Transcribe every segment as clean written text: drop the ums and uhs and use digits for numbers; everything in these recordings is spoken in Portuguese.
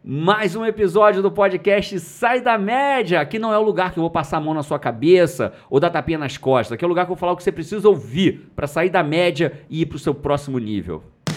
Mais um episódio do podcast Sai da Média. Aqui não é o lugar que eu vou passar a mão na sua cabeça ou dar tapinha nas costas. Aqui é o lugar que eu vou falar o que você precisa ouvir para sair da média e ir para o seu próximo nível.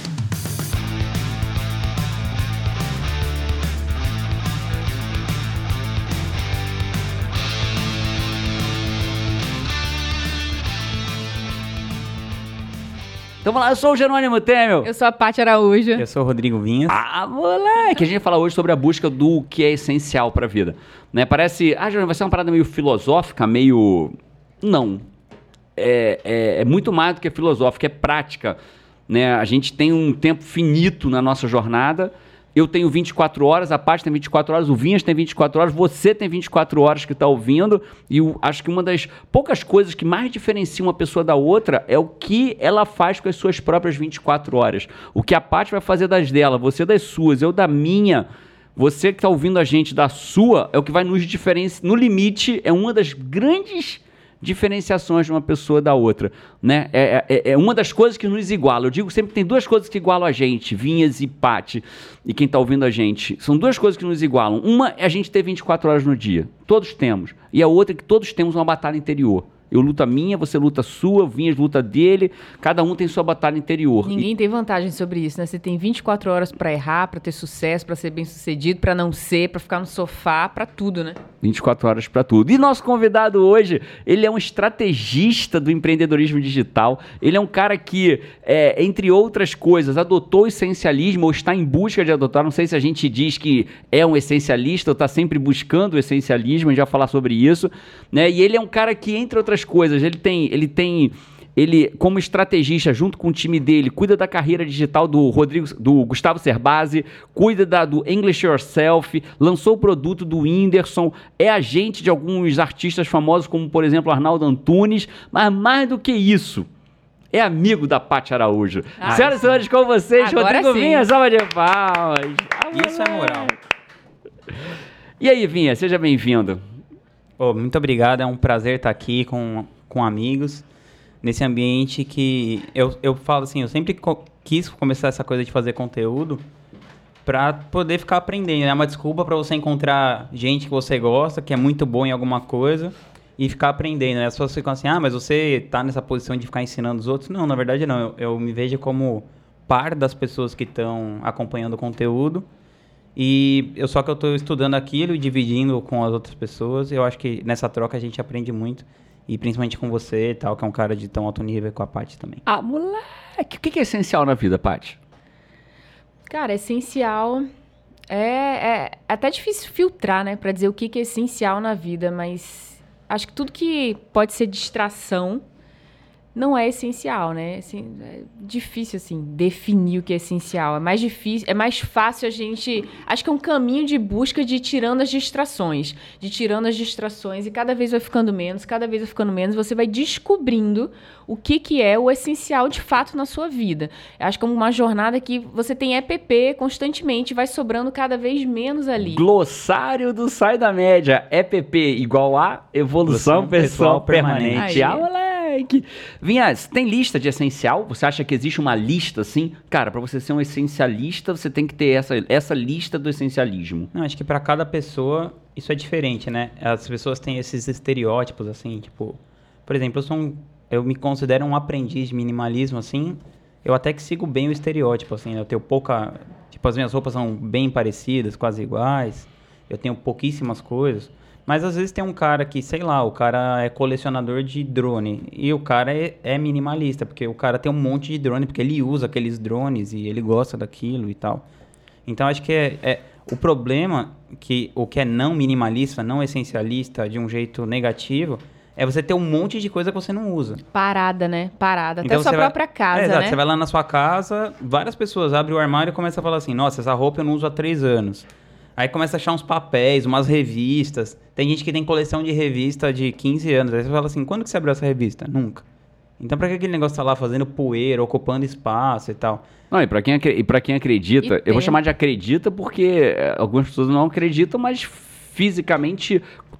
Então vamos lá, eu sou o Jerônimo Temel. Eu sou a Paty Araújo. Eu sou o Rodrigo Vinhas. Ah, moleque! A gente vai falar hoje sobre a busca do que é essencial para a vida. Né? Parece... Jerônimo, vai ser uma parada meio filosófica, meio... Não. É muito mais do que filosófica, é prática. Né? A gente tem um tempo finito na nossa jornada. Eu tenho 24 horas, a Paty tem 24 horas, o Vinhas tem 24 horas, você tem 24 horas que está ouvindo. E eu acho que uma das poucas coisas que mais diferencia uma pessoa da outra é o que ela faz com as suas próprias 24 horas. O que a Paty vai fazer das dela, você das suas, eu da minha. Você que está ouvindo a gente da sua, é o que vai nos diferenciar. No limite, é uma das grandes diferenciações de uma pessoa da outra, né? É uma das coisas que nos iguala. Eu digo sempre que tem duas coisas que igualam a gente, Vinhas e Paty, e quem está ouvindo a gente. São duas coisas que nos igualam. Uma é a gente ter 24 horas no dia. Todos temos. E a outra é que todos temos uma batalha interior. Eu luto a minha, você luta a sua, o Vinhas luta a dele, cada um tem sua batalha interior. Ninguém tem vantagem sobre isso, né? Você tem 24 horas pra errar, pra ter sucesso, pra ser bem sucedido, pra não ser, pra ficar no sofá, pra tudo, né? 24 horas pra tudo. E nosso convidado hoje, ele é um estrategista do empreendedorismo digital, ele é um cara que, entre outras coisas, adotou o essencialismo ou está em busca de adotar, não sei se a gente diz que é um essencialista ou está sempre buscando o essencialismo, a gente vai falar sobre isso, né? E ele é um cara que, entre outras coisas, ele como estrategista, junto com o time dele, cuida da carreira digital do Gustavo Cerbasi, cuida do English Yourself, lançou o produto do Whindersson, é agente de alguns artistas famosos, como, por exemplo, Arnaldo Antunes, mas mais do que isso, é amigo da Paty Araújo. Senhoras e senhores, com vocês, agora Rodrigo sim. Vinhas, salva de palmas. Isso é moral. E aí, Vinhas, seja bem-vindo. Muito obrigado, é um prazer estar aqui com amigos, nesse ambiente que eu falo assim, eu sempre quis começar essa coisa de fazer conteúdo para poder ficar aprendendo, é uma desculpa para você encontrar gente que você gosta, que é muito bom em alguma coisa e ficar aprendendo, né? As pessoas ficam assim, mas você tá nessa posição de ficar ensinando os outros? Não, na verdade não, eu me vejo como par das pessoas que estão acompanhando o conteúdo. E eu estou estudando aquilo e dividindo com as outras pessoas. Eu acho que nessa troca a gente aprende muito. E principalmente com você e tal, que é um cara de tão alto nível, com a Paty também. Moleque, o que é essencial na vida, Paty? Cara, essencial... É até difícil filtrar, né? Pra dizer o que é essencial na vida, mas acho que tudo que pode ser distração não é essencial, né? Assim, é difícil, assim, definir o que é essencial. É mais difícil, é mais fácil a gente... Acho que é um caminho de busca de ir tirando as distrações. E cada vez vai ficando menos, você vai descobrindo o que é o essencial de fato na sua vida. Acho que é uma jornada que você tem EPP constantemente, vai sobrando cada vez menos ali. Glossário do Sai da Média. EPP igual a Evolução Pessoal Permanente. Moleque! Vinhas, tem lista de essencial? Você acha que existe uma lista assim? Cara, pra você ser um essencialista, você tem que ter essa lista do essencialismo. Não, acho que pra cada pessoa isso é diferente, né? As pessoas têm esses estereótipos, assim, tipo... Por exemplo, eu me considero um aprendiz de minimalismo, assim. Eu até que sigo bem o estereótipo, assim. Eu tenho pouca... Tipo, as minhas roupas são bem parecidas, quase iguais. Eu tenho pouquíssimas coisas. Mas às vezes tem um cara que, sei lá, o cara é colecionador de drone e o cara é minimalista, porque o cara tem um monte de drone, porque ele usa aqueles drones e ele gosta daquilo e tal. Então acho que o problema, que o que é não minimalista, não essencialista, de um jeito negativo, é você ter um monte de coisa que você não usa. Parada, né? Parada. Até Então a sua própria casa, exato, né? você vai lá na sua casa, várias pessoas abrem o armário e começam a falar assim, nossa, essa roupa eu não uso há 3 anos. Aí começa a achar uns papéis, umas revistas. Tem gente que tem coleção de revista de 15 anos. Aí você fala assim, quando que você abriu essa revista? Nunca. Então pra que aquele negócio tá lá fazendo poeira, ocupando espaço e tal? Não, e pra quem acredita, eu vou chamar de acredita porque algumas pessoas não acreditam, mas fisicamente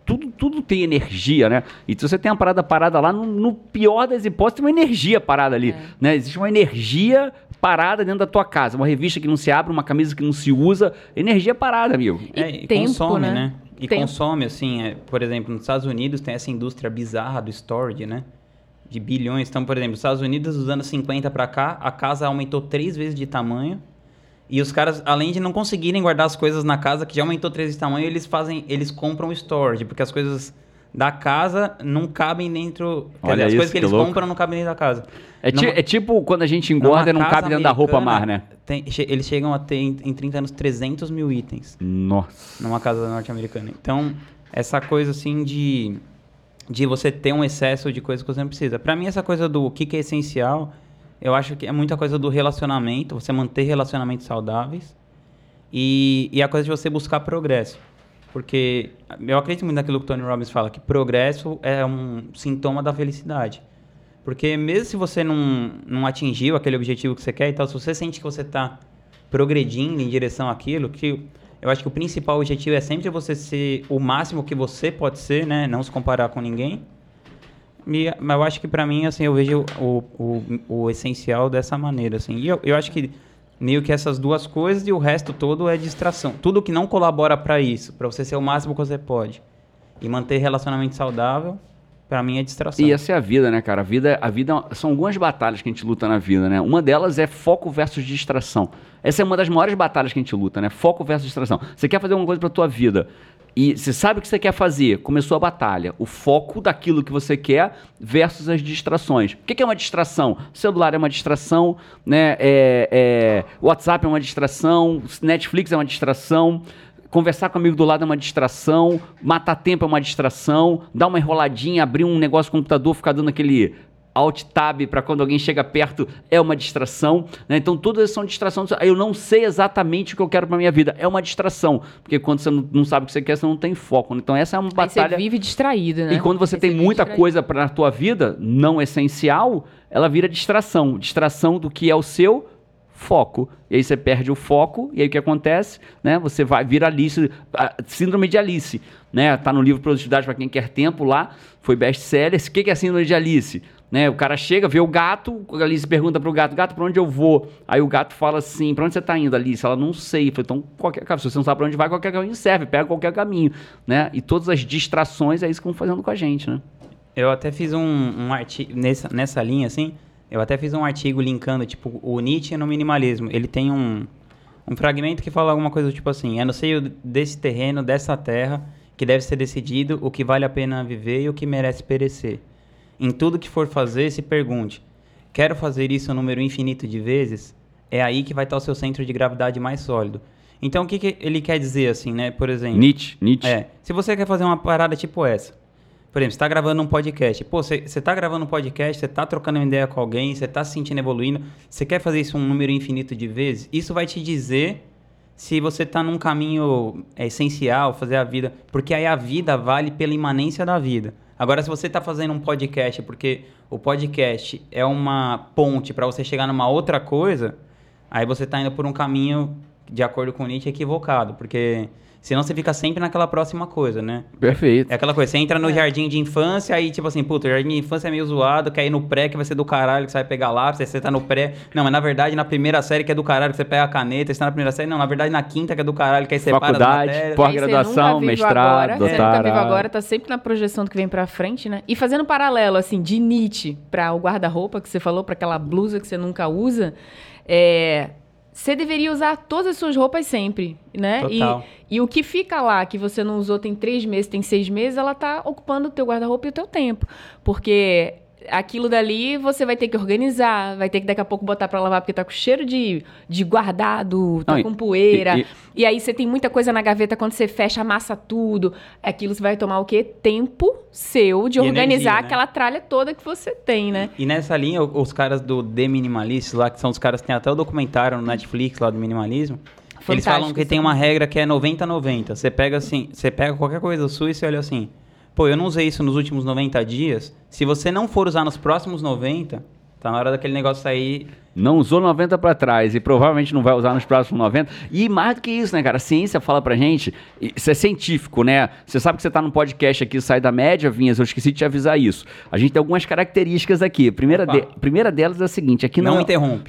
tudo tem energia, né? E se você tem uma parada parada lá, no pior das hipóteses, tem uma energia parada ali, né? Existe uma energia parada dentro da tua casa, uma revista que não se abre, uma camisa que não se usa, energia parada, amigo. E tempo, consome, né? E consome, assim, por exemplo, nos Estados Unidos tem essa indústria bizarra do storage, né? De bilhões. Então, por exemplo, nos Estados Unidos, dos anos 50 para cá, a casa aumentou 3 vezes de tamanho. E os caras, além de não conseguirem guardar as coisas na casa, que já aumentou 3 vezes de tamanho, eles compram storage, porque as coisas da casa não cabem dentro... Quer dizer, as coisas que eles compram não cabem dentro da casa. É tipo quando a gente engorda e não cabe dentro da roupa mais, né? Eles chegam a ter, em 30 anos, 300 mil itens. Nossa. Numa casa norte-americana. Então, essa coisa, assim, de você ter um excesso de coisas que você não precisa. Pra mim, essa coisa do que é essencial, eu acho que é muita coisa do relacionamento, você manter relacionamentos saudáveis e a coisa de você buscar progresso. Porque eu acredito muito naquilo que o Tony Robbins fala, que progresso é um sintoma da felicidade. Porque mesmo se você não atingiu aquele objetivo que você quer e tal, se você sente que você está progredindo em direção àquilo, que eu acho que o principal objetivo é sempre você ser o máximo que você pode ser, né? Não se comparar com ninguém. Mas eu acho que para mim, assim, eu vejo o essencial dessa maneira, assim. E eu acho que meio que essas duas coisas e o resto todo é distração. Tudo que não colabora para isso, para você ser o máximo que você pode e manter relacionamento saudável, para mim é distração. E essa é a vida, né, cara? A vida são algumas batalhas que a gente luta na vida, né? Uma delas é foco versus distração. Essa é uma das maiores batalhas que a gente luta, né? Foco versus distração. Você quer fazer alguma coisa pra tua vida e você sabe o que você quer fazer, começou a batalha. O foco daquilo que você quer versus as distrações. O que é uma distração? O celular é uma distração, né? O WhatsApp é uma distração, Netflix é uma distração, conversar com o amigo do lado é uma distração, matar tempo é uma distração, dar uma enroladinha, abrir um negócio no computador, ficar dando aquele Alt-Tab para quando alguém chega perto é uma distração, né? Então todas são distrações. Eu não sei exatamente o que eu quero para minha vida, é uma distração, porque quando você não sabe o que você quer, você não tem foco. Então essa é uma batalha. Você vive distraído, né? E quando você tem muita coisa na tua vida não essencial, ela vira distração do que é o seu foco. E aí você perde o foco, e aí o que acontece? Né? Você vira Alice, síndrome de Alice, né? Tá no livro Produtividade para quem quer tempo lá, foi best-seller. O que é a síndrome de Alice? Né? O cara chega, vê o gato, a Alice pergunta pro gato, para onde eu vou? Aí o gato fala assim, para onde você tá indo, Alice? Ela não sei. Então, se você não sabe para onde vai, qualquer caminho serve, pega qualquer caminho, né? E todas as distrações é isso que vão fazendo com a gente, né? Eu até fiz um artigo nessa linha, assim, eu até fiz um artigo linkando, tipo, o Nietzsche no minimalismo. Ele tem um fragmento que fala alguma coisa, tipo assim, é no seio desse terreno, dessa terra, que deve ser decidido o que vale a pena viver e o que merece perecer. Em tudo que for fazer, se pergunte, quero fazer isso um número infinito de vezes? É aí que vai estar o seu centro de gravidade mais sólido. Então, o que ele quer dizer, assim, né? Por exemplo... Nietzsche. Se você quer fazer uma parada tipo essa, por exemplo, você está gravando um podcast. Pô, você está gravando um podcast, você está trocando uma ideia com alguém, você está se sentindo evoluindo, você quer fazer isso um número infinito de vezes? Isso vai te dizer se você está num caminho essencial, fazer a vida... Porque aí a vida vale pela imanência da vida. Agora, se você está fazendo um podcast porque o podcast é uma ponte para você chegar numa outra coisa, aí você está indo por um caminho, de acordo com o Nietzsche, equivocado. Porque senão você fica sempre naquela próxima coisa, né? Perfeito. É aquela coisa, você entra no jardim de infância, aí tipo assim, puta, o jardim de infância é meio zoado, quer ir no pré, que vai ser do caralho, que você vai pegar lápis, você tá no pré. Não, mas na verdade na primeira série que é do caralho, que você pega a caneta, você tá na primeira série. Não, na verdade na quinta que é do caralho, que aí separa as matérias. Faculdade, pós-graduação, mestrado, doutorado. Você nunca vive agora, tá sempre na projeção do que vem pra frente, né? E fazendo um paralelo, assim, de Nietzsche pra o guarda-roupa que você falou, pra aquela blusa que você nunca usa, você deveria usar todas as suas roupas sempre, né? Total. E o que fica lá, que você não usou tem 3 meses, tem 6 meses, ela tá ocupando o teu guarda-roupa e o teu tempo. Porque aquilo dali você vai ter que organizar, vai ter que daqui a pouco botar pra lavar porque tá com cheiro de guardado, tá com poeira. E aí você tem muita coisa na gaveta, quando você fecha, amassa tudo. Aquilo você vai tomar o quê? Tempo seu de organizar energia, né? Aquela tralha toda que você tem, né? E nessa linha, os caras do The Minimalist lá, que são os caras que tem até o documentário no Netflix lá do minimalismo, fantástico, eles falam que tem uma regra que é 90-90. Você pega assim, você pega qualquer coisa sua e você olha assim, pô, eu não usei isso nos últimos 90 dias. Se você não for usar nos próximos 90, Tá na hora daquele negócio sair... Não usou 90 para trás e provavelmente não vai usar nos próximos 90. E mais do que isso, né, cara? A ciência fala pra gente, isso é científico, né? Você sabe que você tá num podcast aqui, Sai da Média, Vinhas, eu esqueci de te avisar isso. A gente tem algumas características aqui. Primeira delas é a seguinte, aqui não interrompe.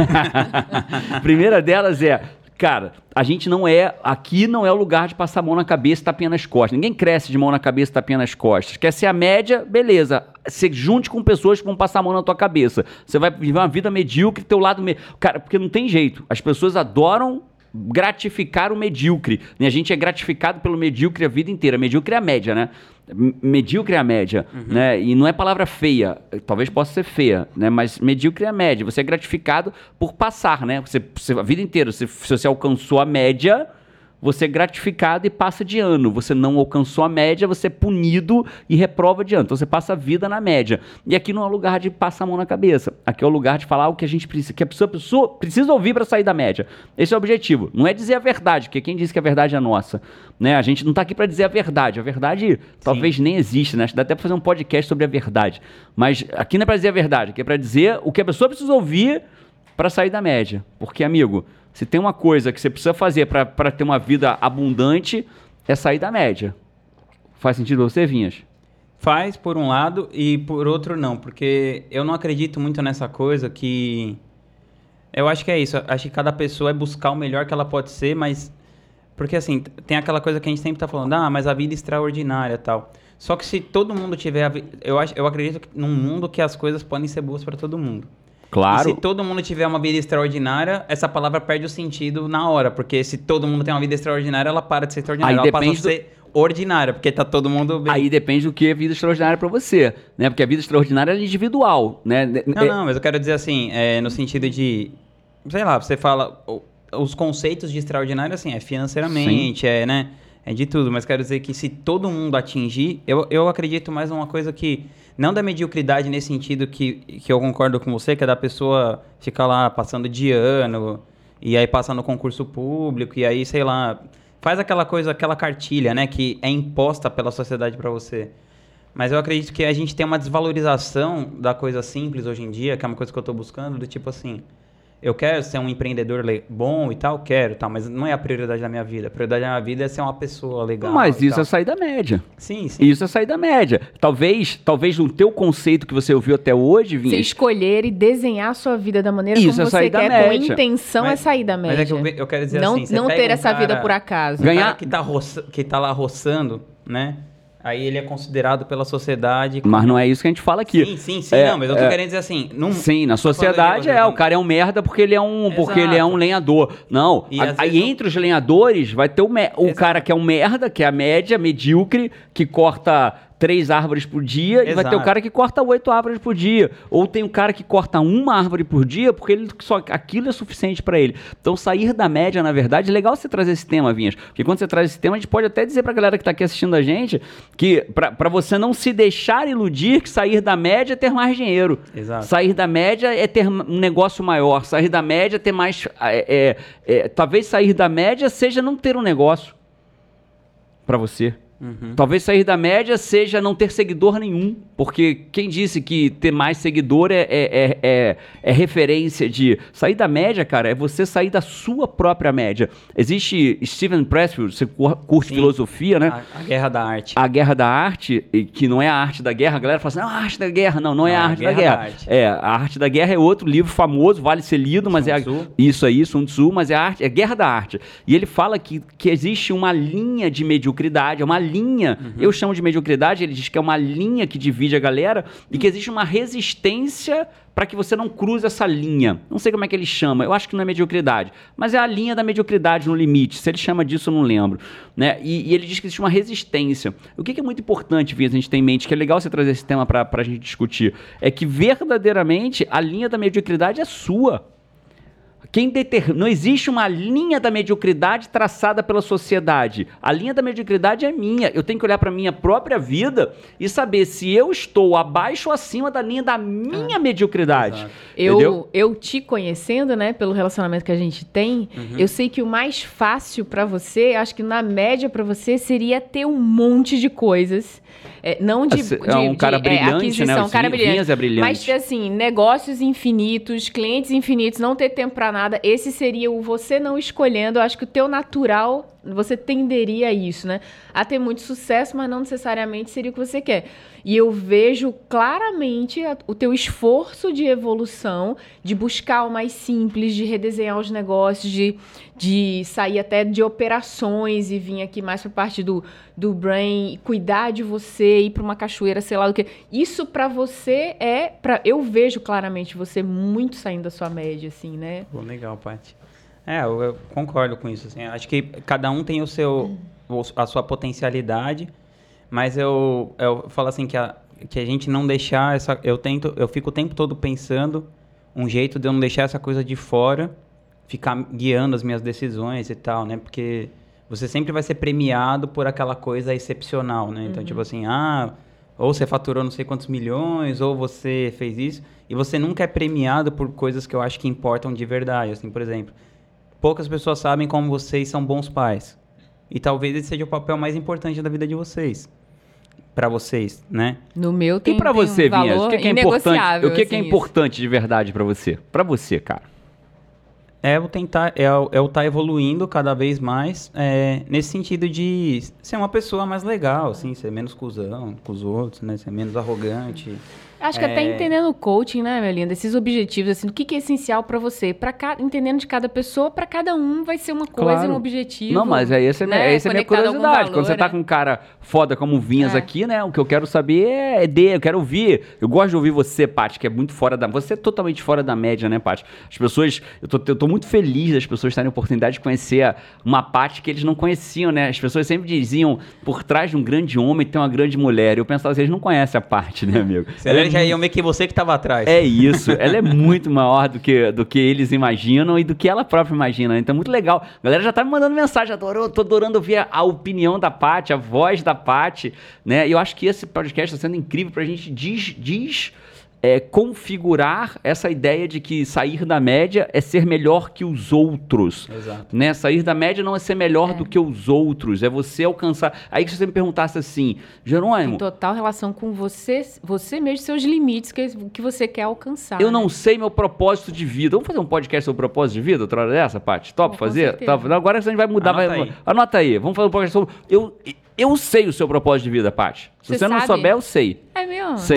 Primeira delas é... Cara, a gente aqui não é o lugar de passar a mão na cabeça e tapinha nas costas. Ninguém cresce de mão na cabeça e tapinha nas costas. Quer ser a média? Beleza. Você junte com pessoas que vão passar a mão na tua cabeça. Você vai viver uma vida medíocre, teu lado... Cara, porque não tem jeito. As pessoas adoram gratificar o medíocre. E a gente é gratificado pelo medíocre a vida inteira. Medíocre é a média, né? Medíocre é a média, né? E não é palavra feia, talvez possa ser feia, né? Mas medíocre é a média. Você é gratificado por passar, né? Você a vida inteira, se você alcançou a média, você é gratificado e passa de ano. Você não alcançou a média, você é punido e reprova de ano. Então você passa a vida na média. E aqui não é o lugar de passar a mão na cabeça. Aqui é o lugar de falar o que a gente precisa, que a pessoa precisa ouvir para sair da média. Esse é o objetivo. Não é dizer a verdade, porque quem disse que a verdade é nossa, né? A gente não está aqui para dizer a verdade. A verdade talvez nem exista, né? Acho que dá até para fazer um podcast sobre a verdade. Mas aqui não é para dizer a verdade, aqui é para dizer o que a pessoa precisa ouvir para sair da média. Porque, amigo, se tem uma coisa que você precisa fazer para ter uma vida abundante, é sair da média. Faz sentido pra você, Vinhas? Faz, por um lado, e por outro não. Porque eu não acredito muito nessa coisa que... Eu acho que é isso. Acho que cada pessoa é buscar o melhor que ela pode ser, mas... Porque, assim, tem aquela coisa que a gente sempre tá falando, mas a vida é extraordinária e tal. Só que se todo mundo tiver... Eu acredito num mundo que as coisas podem ser boas para todo mundo. Claro. E se todo mundo tiver uma vida extraordinária, essa palavra perde o sentido na hora. Porque se todo mundo tem uma vida extraordinária, ela para de ser extraordinária. Ela passa a ser ordinária, porque tá todo mundo bem. Aí depende do que é vida extraordinária para você, né? Porque a vida extraordinária é individual, né? Não, mas eu quero dizer assim, no sentido de... Sei lá, você fala... Os conceitos de extraordinário, assim, é financeiramente, né? É de tudo. Mas quero dizer que se todo mundo atingir... Eu acredito mais numa coisa que... Não da mediocridade nesse sentido que eu concordo com você, que é da pessoa ficar lá passando de ano, e aí passa no concurso público, e aí, sei lá, faz aquela coisa, aquela cartilha, né, que é imposta pela sociedade para você. Mas eu acredito que a gente tem uma desvalorização da coisa simples hoje em dia, que é uma coisa que eu tô buscando, do tipo assim... Eu quero ser um empreendedor bom e tal, quero, tá, mas não é a prioridade da minha vida. A prioridade da minha vida é ser uma pessoa legal. Mas isso é sair da média. Sim, sim. Isso é sair da média. Talvez no teu conceito que você ouviu até hoje, Vinhas... Você escolher e desenhar a sua vida da maneira isso como você quer, média. com intenção, é sair da média. Mas é que eu quero dizer não, assim... Não ter essa vida por acaso. Ganhar... que tá lá roçando, né? Aí ele é considerado pela sociedade... Como... Mas não é isso que a gente fala aqui. Sim, não, mas eu tô querendo dizer assim... Sim, na sociedade o cara é um merda porque ele é um lenhador. Não, aí entre os lenhadores vai ter o cara que é um merda, que é a média, medíocre, que corta 3 árvores por dia, e vai ter o cara que corta 8 árvores por dia. Ou tem um cara que corta 1 árvore por dia, porque aquilo é suficiente para ele. Então, sair da média, na verdade, é legal você trazer esse tema, Vinhas. Porque quando você traz esse tema, a gente pode até dizer pra galera que tá aqui assistindo a gente, que pra você não se deixar iludir que sair da média é ter mais dinheiro. Exato. Sair da média é ter um negócio maior. Sair da média é ter mais... talvez sair da média seja não ter um negócio pra você. Talvez sair da média seja não ter seguidor nenhum, porque quem disse que ter mais seguidor é referência de... Sair da média, cara, é você sair da sua própria média. Existe Steven Pressfield, você curte filosofia, né? A Guerra da Arte. A Guerra da Arte, que não é a arte da guerra, a galera fala assim, não, a arte da guerra, não é a arte da guerra. A arte da guerra é outro livro famoso, vale ser lido, mas isso aí, Sun Tzu, mas é a Guerra da Arte. E ele fala que existe uma linha de mediocridade, uma linha, eu chamo de mediocridade, ele diz que é uma linha que divide a galera e que existe uma resistência para que você não cruze essa linha. Não sei como é que ele chama, eu acho que não é mediocridade, mas é a linha da mediocridade no limite. Se ele chama disso, eu não lembro, né? E ele diz que existe uma resistência. O que é muito importante, Vinhas, a gente ter em mente, que é legal você trazer esse tema para a gente discutir, é que verdadeiramente a linha da mediocridade é sua. Não existe uma linha da mediocridade traçada pela sociedade. A linha da mediocridade é minha. Eu tenho que olhar para a minha própria vida e saber se eu estou abaixo ou acima da linha da minha mediocridade. Eu te conhecendo, né, pelo relacionamento que a gente tem, eu sei que o mais fácil para você, acho que na média para você, seria ter um monte de coisas. Não de um cara brilhante, aquisição, né? Um cara brilhante, brilhante. Mas ter, assim, negócios infinitos, clientes infinitos, não ter tempo para nada. Esse seria o você não escolhendo. Eu acho que o teu natural, você tenderia a isso, né? A ter muito sucesso, mas não necessariamente seria o que você quer. E eu vejo claramente o teu esforço de evolução, de buscar o mais simples, de redesenhar os negócios, de sair até de operações e vir aqui mais para parte do brain, cuidar de você, ir para uma cachoeira, sei lá o que. Isso para você eu vejo claramente você muito saindo da sua média, assim, né? Pô, legal, Paty. Eu concordo com isso, assim. Acho que cada um tem a sua potencialidade, mas eu falo assim que a gente não deixar eu fico o tempo todo pensando um jeito de eu não deixar essa coisa de fora ficar guiando as minhas decisões e tal, né? Porque você sempre vai ser premiado por aquela coisa excepcional, né? Então, tipo assim, ou você faturou não sei quantos milhões, ou você fez isso, e você nunca é premiado por coisas que eu acho que importam de verdade. Assim, por exemplo, poucas pessoas sabem como vocês são bons pais. E talvez esse seja o papel mais importante da vida de vocês. Pra vocês, né? No meu tem, e pra você, um Vinhas, o que é importante? O que assim, é importante de verdade pra você? Pra você, cara. Eu estar evoluindo cada vez mais, nesse sentido de ser uma pessoa mais legal, assim, ser menos cuzão com os outros, né? Ser menos arrogante. Acho que até entendendo o coaching, né, Melinda? Esses objetivos, assim, o que é essencial pra você? Entendendo de cada pessoa, pra cada um vai ser uma coisa, um objetivo. Não, mas essa é a minha curiosidade. Valor, quando você tá com um cara foda como o Vinhas aqui, né? O que eu quero saber eu quero ouvir. Eu gosto de ouvir você, Paty, que é muito fora da... Você é totalmente fora da média, né, Paty? As pessoas... Eu tô muito feliz das pessoas terem a oportunidade de conhecer uma Paty que eles não conheciam, né? As pessoas sempre diziam, por trás de um grande homem tem uma grande mulher. Eu pensava assim, eles não conhecem a Paty, né, amigo? Já iam meio que você que estava atrás. É isso. Ela é muito maior do que eles imaginam e do que ela própria imagina. Então, muito legal. A galera já tá me mandando mensagem. Tô adorando ouvir a opinião da Paty, a voz da Paty, né? E eu acho que esse podcast está sendo incrível pra gente configurar essa ideia de que sair da média é ser melhor que os outros. Exato. Né? Sair da média não é ser melhor do que os outros, é você alcançar... Aí que você me perguntasse assim, Jerônimo... Em total relação com você mesmo, seus limites que você quer alcançar. Eu não sei meu propósito de vida. Vamos fazer um podcast sobre propósito de vida outra hora dessa, Paty? Top fazer? Top. Agora a gente vai mudar. Anota aí. Vamos fazer um podcast sobre... Eu sei o seu propósito de vida, Paty. Se você não souber, eu sei. É mesmo? Sei.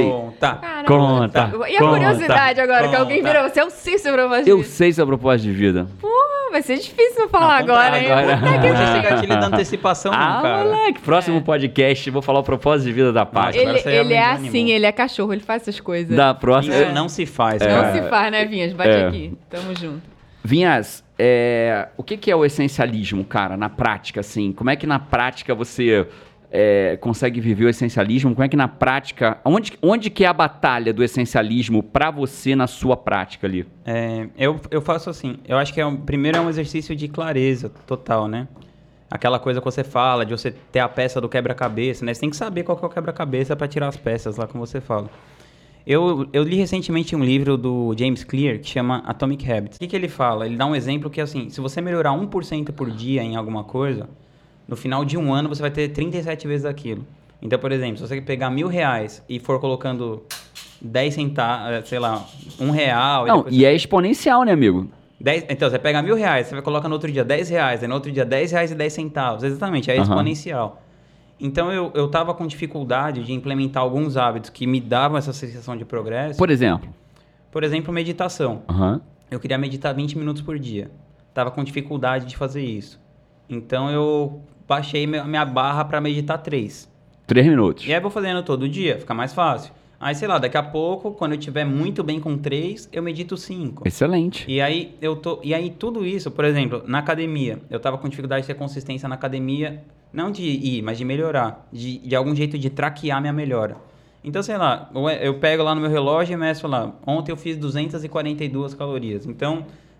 Conta. E a curiosidade agora, que alguém vira você, eu sei seu propósito de vida. Eu sei seu propósito de vida. Pô, vai ser difícil eu falar agora, hein? Você chega aqui lhe dando antecipação, cara. Moleque, próximo podcast, vou falar o propósito de vida da Paty. Ele é assim, ele é cachorro, ele faz essas coisas. Da próxima... Isso não se faz, Não se faz, né, Vinhas? Bate aqui. Tamo junto. Vinhas, o que é o essencialismo, cara, na prática, assim? Como é que na prática você consegue viver o essencialismo? Como é que na prática... Onde que é a batalha do essencialismo pra você na sua prática ali? Eu faço assim, eu acho que primeiro é um exercício de clareza total, né? Aquela coisa que você fala, de você ter a peça do quebra-cabeça, né? Você tem que saber qual que é o quebra-cabeça pra tirar as peças lá, como você fala. Eu li recentemente um livro do James Clear que chama Atomic Habits. O que ele fala? Ele dá um exemplo que é assim, se você melhorar 1% por dia em alguma coisa, no final de um ano você vai ter 37 vezes aquilo. Então, por exemplo, se você pegar R$1.000 e for colocando 10 centavos, sei lá, R$1... Não, e é exponencial, né, amigo? Então, você pega R$1.000, você vai colocar no outro dia R$10, aí no outro dia R$10,10. Exatamente, é exponencial. Então, eu tava com dificuldade de implementar alguns hábitos que me davam essa sensação de progresso. Por exemplo? Por exemplo, meditação. Eu queria meditar 20 minutos por dia. Tava com dificuldade de fazer isso. Então, eu baixei minha barra para meditar 3 minutos. E aí, eu vou fazendo todo dia, fica mais fácil. Aí, sei lá, daqui a pouco, quando eu estiver muito bem com 3, eu medito 5. Excelente. E aí, tudo isso, por exemplo, na academia, eu tava com dificuldade de ter consistência na academia, não de ir, mas de melhorar, de algum jeito de traquear minha melhora. Então, sei lá, eu pego lá no meu relógio e meço lá, ontem eu fiz 242 calorias. Então,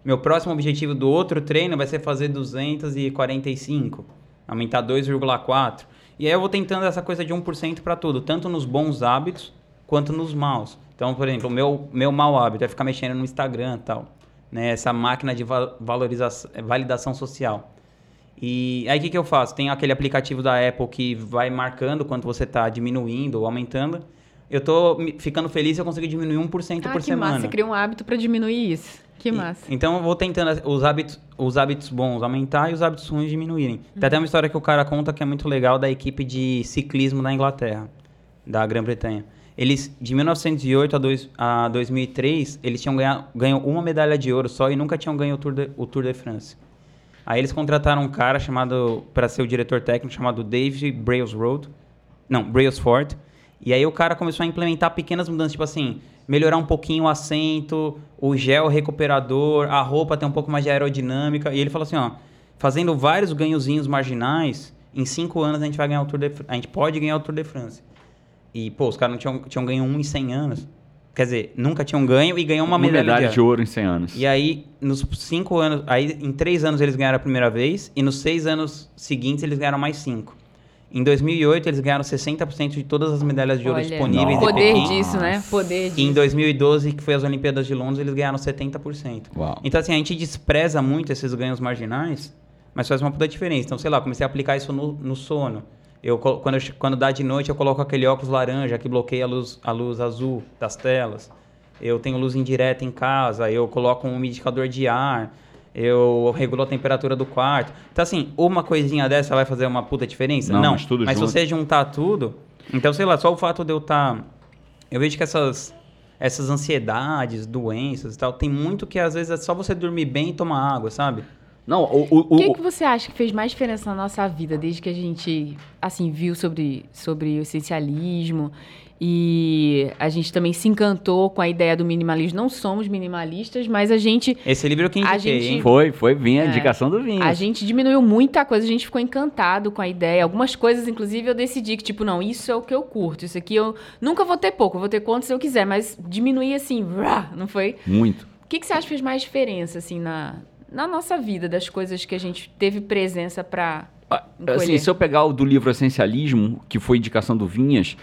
Meu próximo objetivo do outro treino vai ser fazer 245, aumentar 2,4. E aí eu vou tentando essa coisa de 1% para tudo, tanto nos bons hábitos quanto nos maus. Então, por exemplo, o meu mau hábito é ficar mexendo no Instagram e tal, né? Essa máquina de validação social. E aí o que eu faço? Tem aquele aplicativo da Apple que vai marcando quanto você está diminuindo ou aumentando. Eu tô ficando feliz se eu conseguir diminuir 1% por semana. Que massa, você cria um hábito para diminuir isso. Que massa. Então eu vou tentando os hábitos bons aumentar e os hábitos ruins diminuírem. Tem até uma história que o cara conta que é muito legal da equipe de ciclismo da Inglaterra, da Grã-Bretanha. Eles, de 1908 a 2003, eles tinham ganho uma medalha de ouro só e nunca tinham ganho o Tour de France. Aí eles contrataram um cara para ser o diretor técnico, chamado David Brailsford. E aí o cara começou a implementar pequenas mudanças, tipo assim, melhorar um pouquinho o assento, o gel recuperador, a roupa ter um pouco mais de aerodinâmica. E ele falou assim, ó, fazendo vários ganhozinhos marginais, em 5 anos a gente vai ganhar a gente pode ganhar o Tour de France. E, pô, os caras não tinham ganho um em 100 anos. Quer dizer, nunca tinham ganho e ganhou uma medalha de ouro em 100 anos. E aí, nos 5 anos... Aí, em 3 anos, eles ganharam a primeira vez. E nos 6 anos seguintes, eles ganharam mais 5. Em 2008, eles ganharam 60% de todas as medalhas de ouro disponíveis. O poder disso, né? Poder disso. E em 2012, que foi as Olimpíadas de Londres, eles ganharam 70%. Uau. Então, assim, a gente despreza muito esses ganhos marginais, mas faz uma puta diferença. Então, sei lá, comecei a aplicar isso no sono. Quando dá de noite, eu coloco aquele óculos laranja que bloqueia a luz azul das telas. Eu tenho luz indireta em casa, eu coloco um umidificador de ar, eu regulo a temperatura do quarto. Então, assim, uma coisinha dessa vai fazer uma puta diferença? Não. Mas se você juntar tudo... Então, sei lá, só o fato de eu estar... Eu vejo que essas ansiedades, doenças e tal, tem muito que às vezes é só você dormir bem e tomar água, sabe? Não, o que você acha que fez mais diferença na nossa vida desde que a gente, assim, viu sobre o essencialismo e a gente também se encantou com a ideia do minimalismo? Não somos minimalistas, mas a gente... Esse livro que eu indiquei, hein? Foi Vinha, a indicação do Vinha. A gente diminuiu muita coisa, a gente ficou encantado com a ideia. Algumas coisas, inclusive, eu decidi que, tipo, não, isso é o que eu curto. Isso aqui eu nunca vou ter pouco, eu vou ter quanto se eu quiser, mas diminuir assim, não foi? Muito. O que você acha que fez mais diferença, assim, na nossa vida, das coisas que a gente teve presença para encolher? Assim, se eu pegar o do livro Essencialismo, que foi indicação do Vinhas,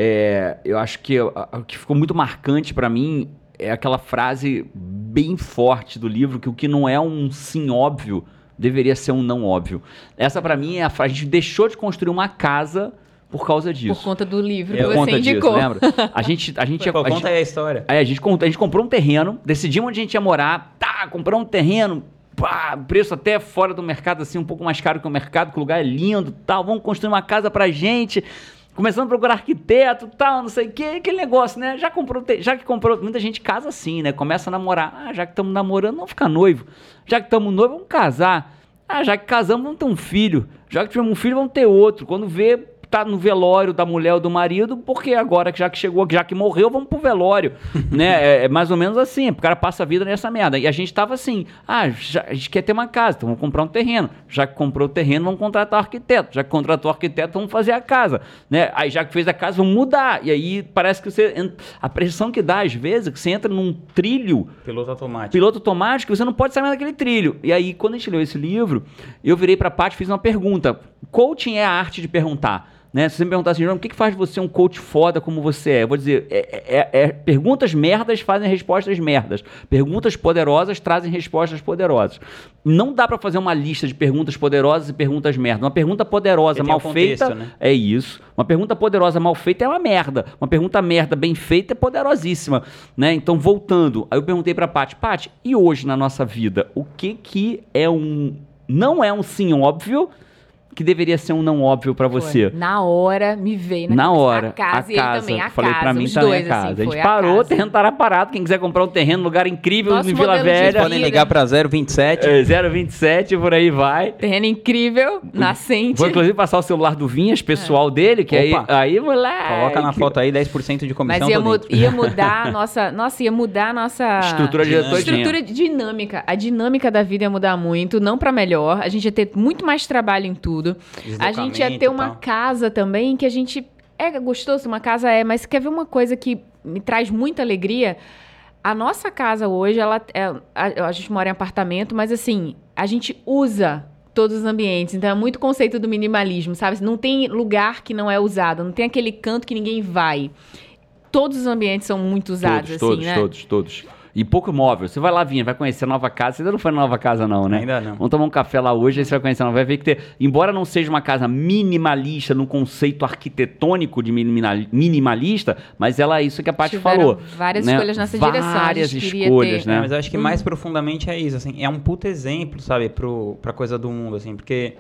eu acho que o que ficou muito marcante para mim é aquela frase bem forte do livro, que o que não é um sim óbvio deveria ser um não óbvio. Essa para mim é a frase. A gente deixou de construir uma casa por causa disso. Por conta do livro que você indicou. Disso, lembra? A gente conta aí a história. Aí a gente comprou um terreno, decidimos onde a gente ia morar, comprou um terreno, preço até fora do mercado, assim, um pouco mais caro que o mercado, que o lugar é lindo, tal, vamos construir uma casa pra gente, começando a procurar arquiteto, tal, não sei o que, aquele negócio, né? Já que comprou, muita gente casa assim, né? Começa a namorar, já que estamos namorando, vamos ficar noivo, já que estamos noivos, vamos casar, já que casamos, vamos ter um filho, já que tivemos um filho, vamos ter outro, quando vê... tá no velório da mulher ou do marido, porque agora já que morreu, vamos pro velório, né? É mais ou menos assim, o cara passa a vida nessa merda. E a gente tava assim, a gente quer ter uma casa, então vamos comprar um terreno. Já que comprou o terreno, vamos contratar o arquiteto. Já que contratou o arquiteto, vamos fazer a casa, né? Aí já que fez a casa, vamos mudar. E aí parece que a pressão que dá às vezes é que você entra num trilho... Piloto automático, você não pode sair mais daquele trilho. E aí, quando a gente leu esse livro, eu virei pra Paty e fiz uma pergunta. Coaching é a arte de perguntar. Né? Se você me perguntar assim, João, o que faz de você um coach foda como você é? Eu vou dizer, perguntas merdas fazem respostas merdas. Perguntas poderosas trazem respostas poderosas. Não dá pra fazer uma lista de perguntas poderosas e perguntas merda. Uma pergunta poderosa mal feita, né? É isso. Uma pergunta poderosa mal feita é uma merda. Uma pergunta merda bem feita é poderosíssima. Né? Então, voltando, aí eu perguntei pra Paty, e hoje na nossa vida, o que é não é um sim óbvio, que deveria ser um não óbvio pra você? Na hora, me veio na hora, a casa. E ele também, a falei casa. Pra mim também a casa. Assim, a gente parou, o terreno estará parado. Quem quiser comprar um terreno, lugar incrível em Vila Velha. Vocês podem ligar pra 027. 027, por aí vai. Terreno incrível, nascente. Vou inclusive passar o celular do Vinhas, pessoal dele, que aí moleque. Coloca na foto aí 10% de comissão. Mas ia mudar a nossa... Nossa, ia mudar a nossa... Estrutura dinâmica. A dinâmica da vida ia mudar muito, não pra melhor. A gente ia ter muito mais trabalho em tudo. A gente ia ter uma casa também que a gente... É gostoso, uma casa mas quer ver uma coisa que me traz muita alegria? A nossa casa hoje, a gente mora em apartamento, mas assim, a gente usa todos os ambientes. Então, é muito conceito do minimalismo, sabe? Não tem lugar que não é usado, não tem aquele canto que ninguém vai. Todos os ambientes são muito usados, né? Todos. E pouco móvel. Você vai lá, Vinha, vai conhecer a nova casa. Você ainda não foi na nova casa, não, né? Ainda não. Vamos tomar um café lá hoje, aí você vai conhecer a nova. Vai ver que embora não seja uma casa minimalista no conceito arquitetônico de minimalista, mas ela é isso que a Paty falou. Várias escolhas nessa direção. Várias escolhas, né? Mas eu acho que mais profundamente é isso, assim. É um puta exemplo, sabe, pra coisa do mundo, assim. Porque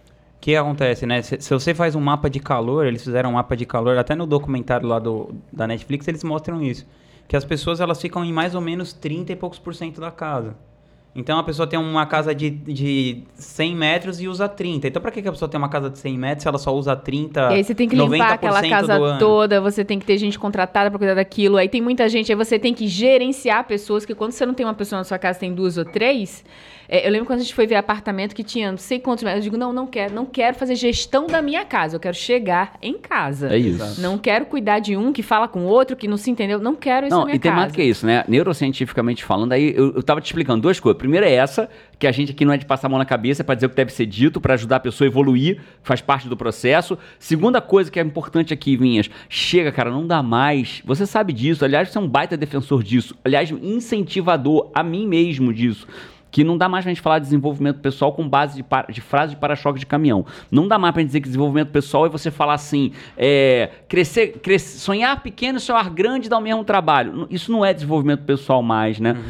o que acontece, né? Se você faz um mapa de calor, eles fizeram um mapa de calor, até no documentário lá da Netflix, eles mostram isso. Que as pessoas, elas ficam em mais ou menos 30 e poucos % da casa. Então, a pessoa tem uma casa de 100 metros e usa 30. Então, pra que a pessoa tem uma casa de 100 metros se ela só usa 30, 90% E aí você tem que limpar aquela casa toda, você tem que ter gente contratada pra cuidar daquilo. Aí tem muita gente, aí você tem que gerenciar pessoas, que quando você não tem uma pessoa na sua casa, tem 2 ou 3... eu lembro quando a gente foi ver apartamento que tinha não sei quantos metros. Eu digo, não quero fazer gestão da minha casa. Eu quero chegar em casa. É isso. Não quero cuidar de um que fala com o outro, que não se entendeu. Não quero isso na minha casa. E tem mais do que isso, né? Neurocientificamente falando, aí eu tava te explicando 2 coisas. Primeiro é essa, que a gente aqui não é de passar a mão na cabeça, é pra dizer o que deve ser dito, pra ajudar a pessoa a evoluir, faz parte do processo. Segunda coisa que é importante aqui, Vinhas, chega, cara, não dá mais. Você sabe disso. Aliás, você é um baita defensor disso. Aliás, incentivador a mim mesmo disso. Que não dá mais pra gente falar de desenvolvimento pessoal com base de frase de para-choque de caminhão. Não dá mais pra gente dizer que desenvolvimento pessoal é você falar assim, crescer, sonhar pequeno e sonhar grande dá o mesmo trabalho. Isso não é desenvolvimento pessoal mais, né?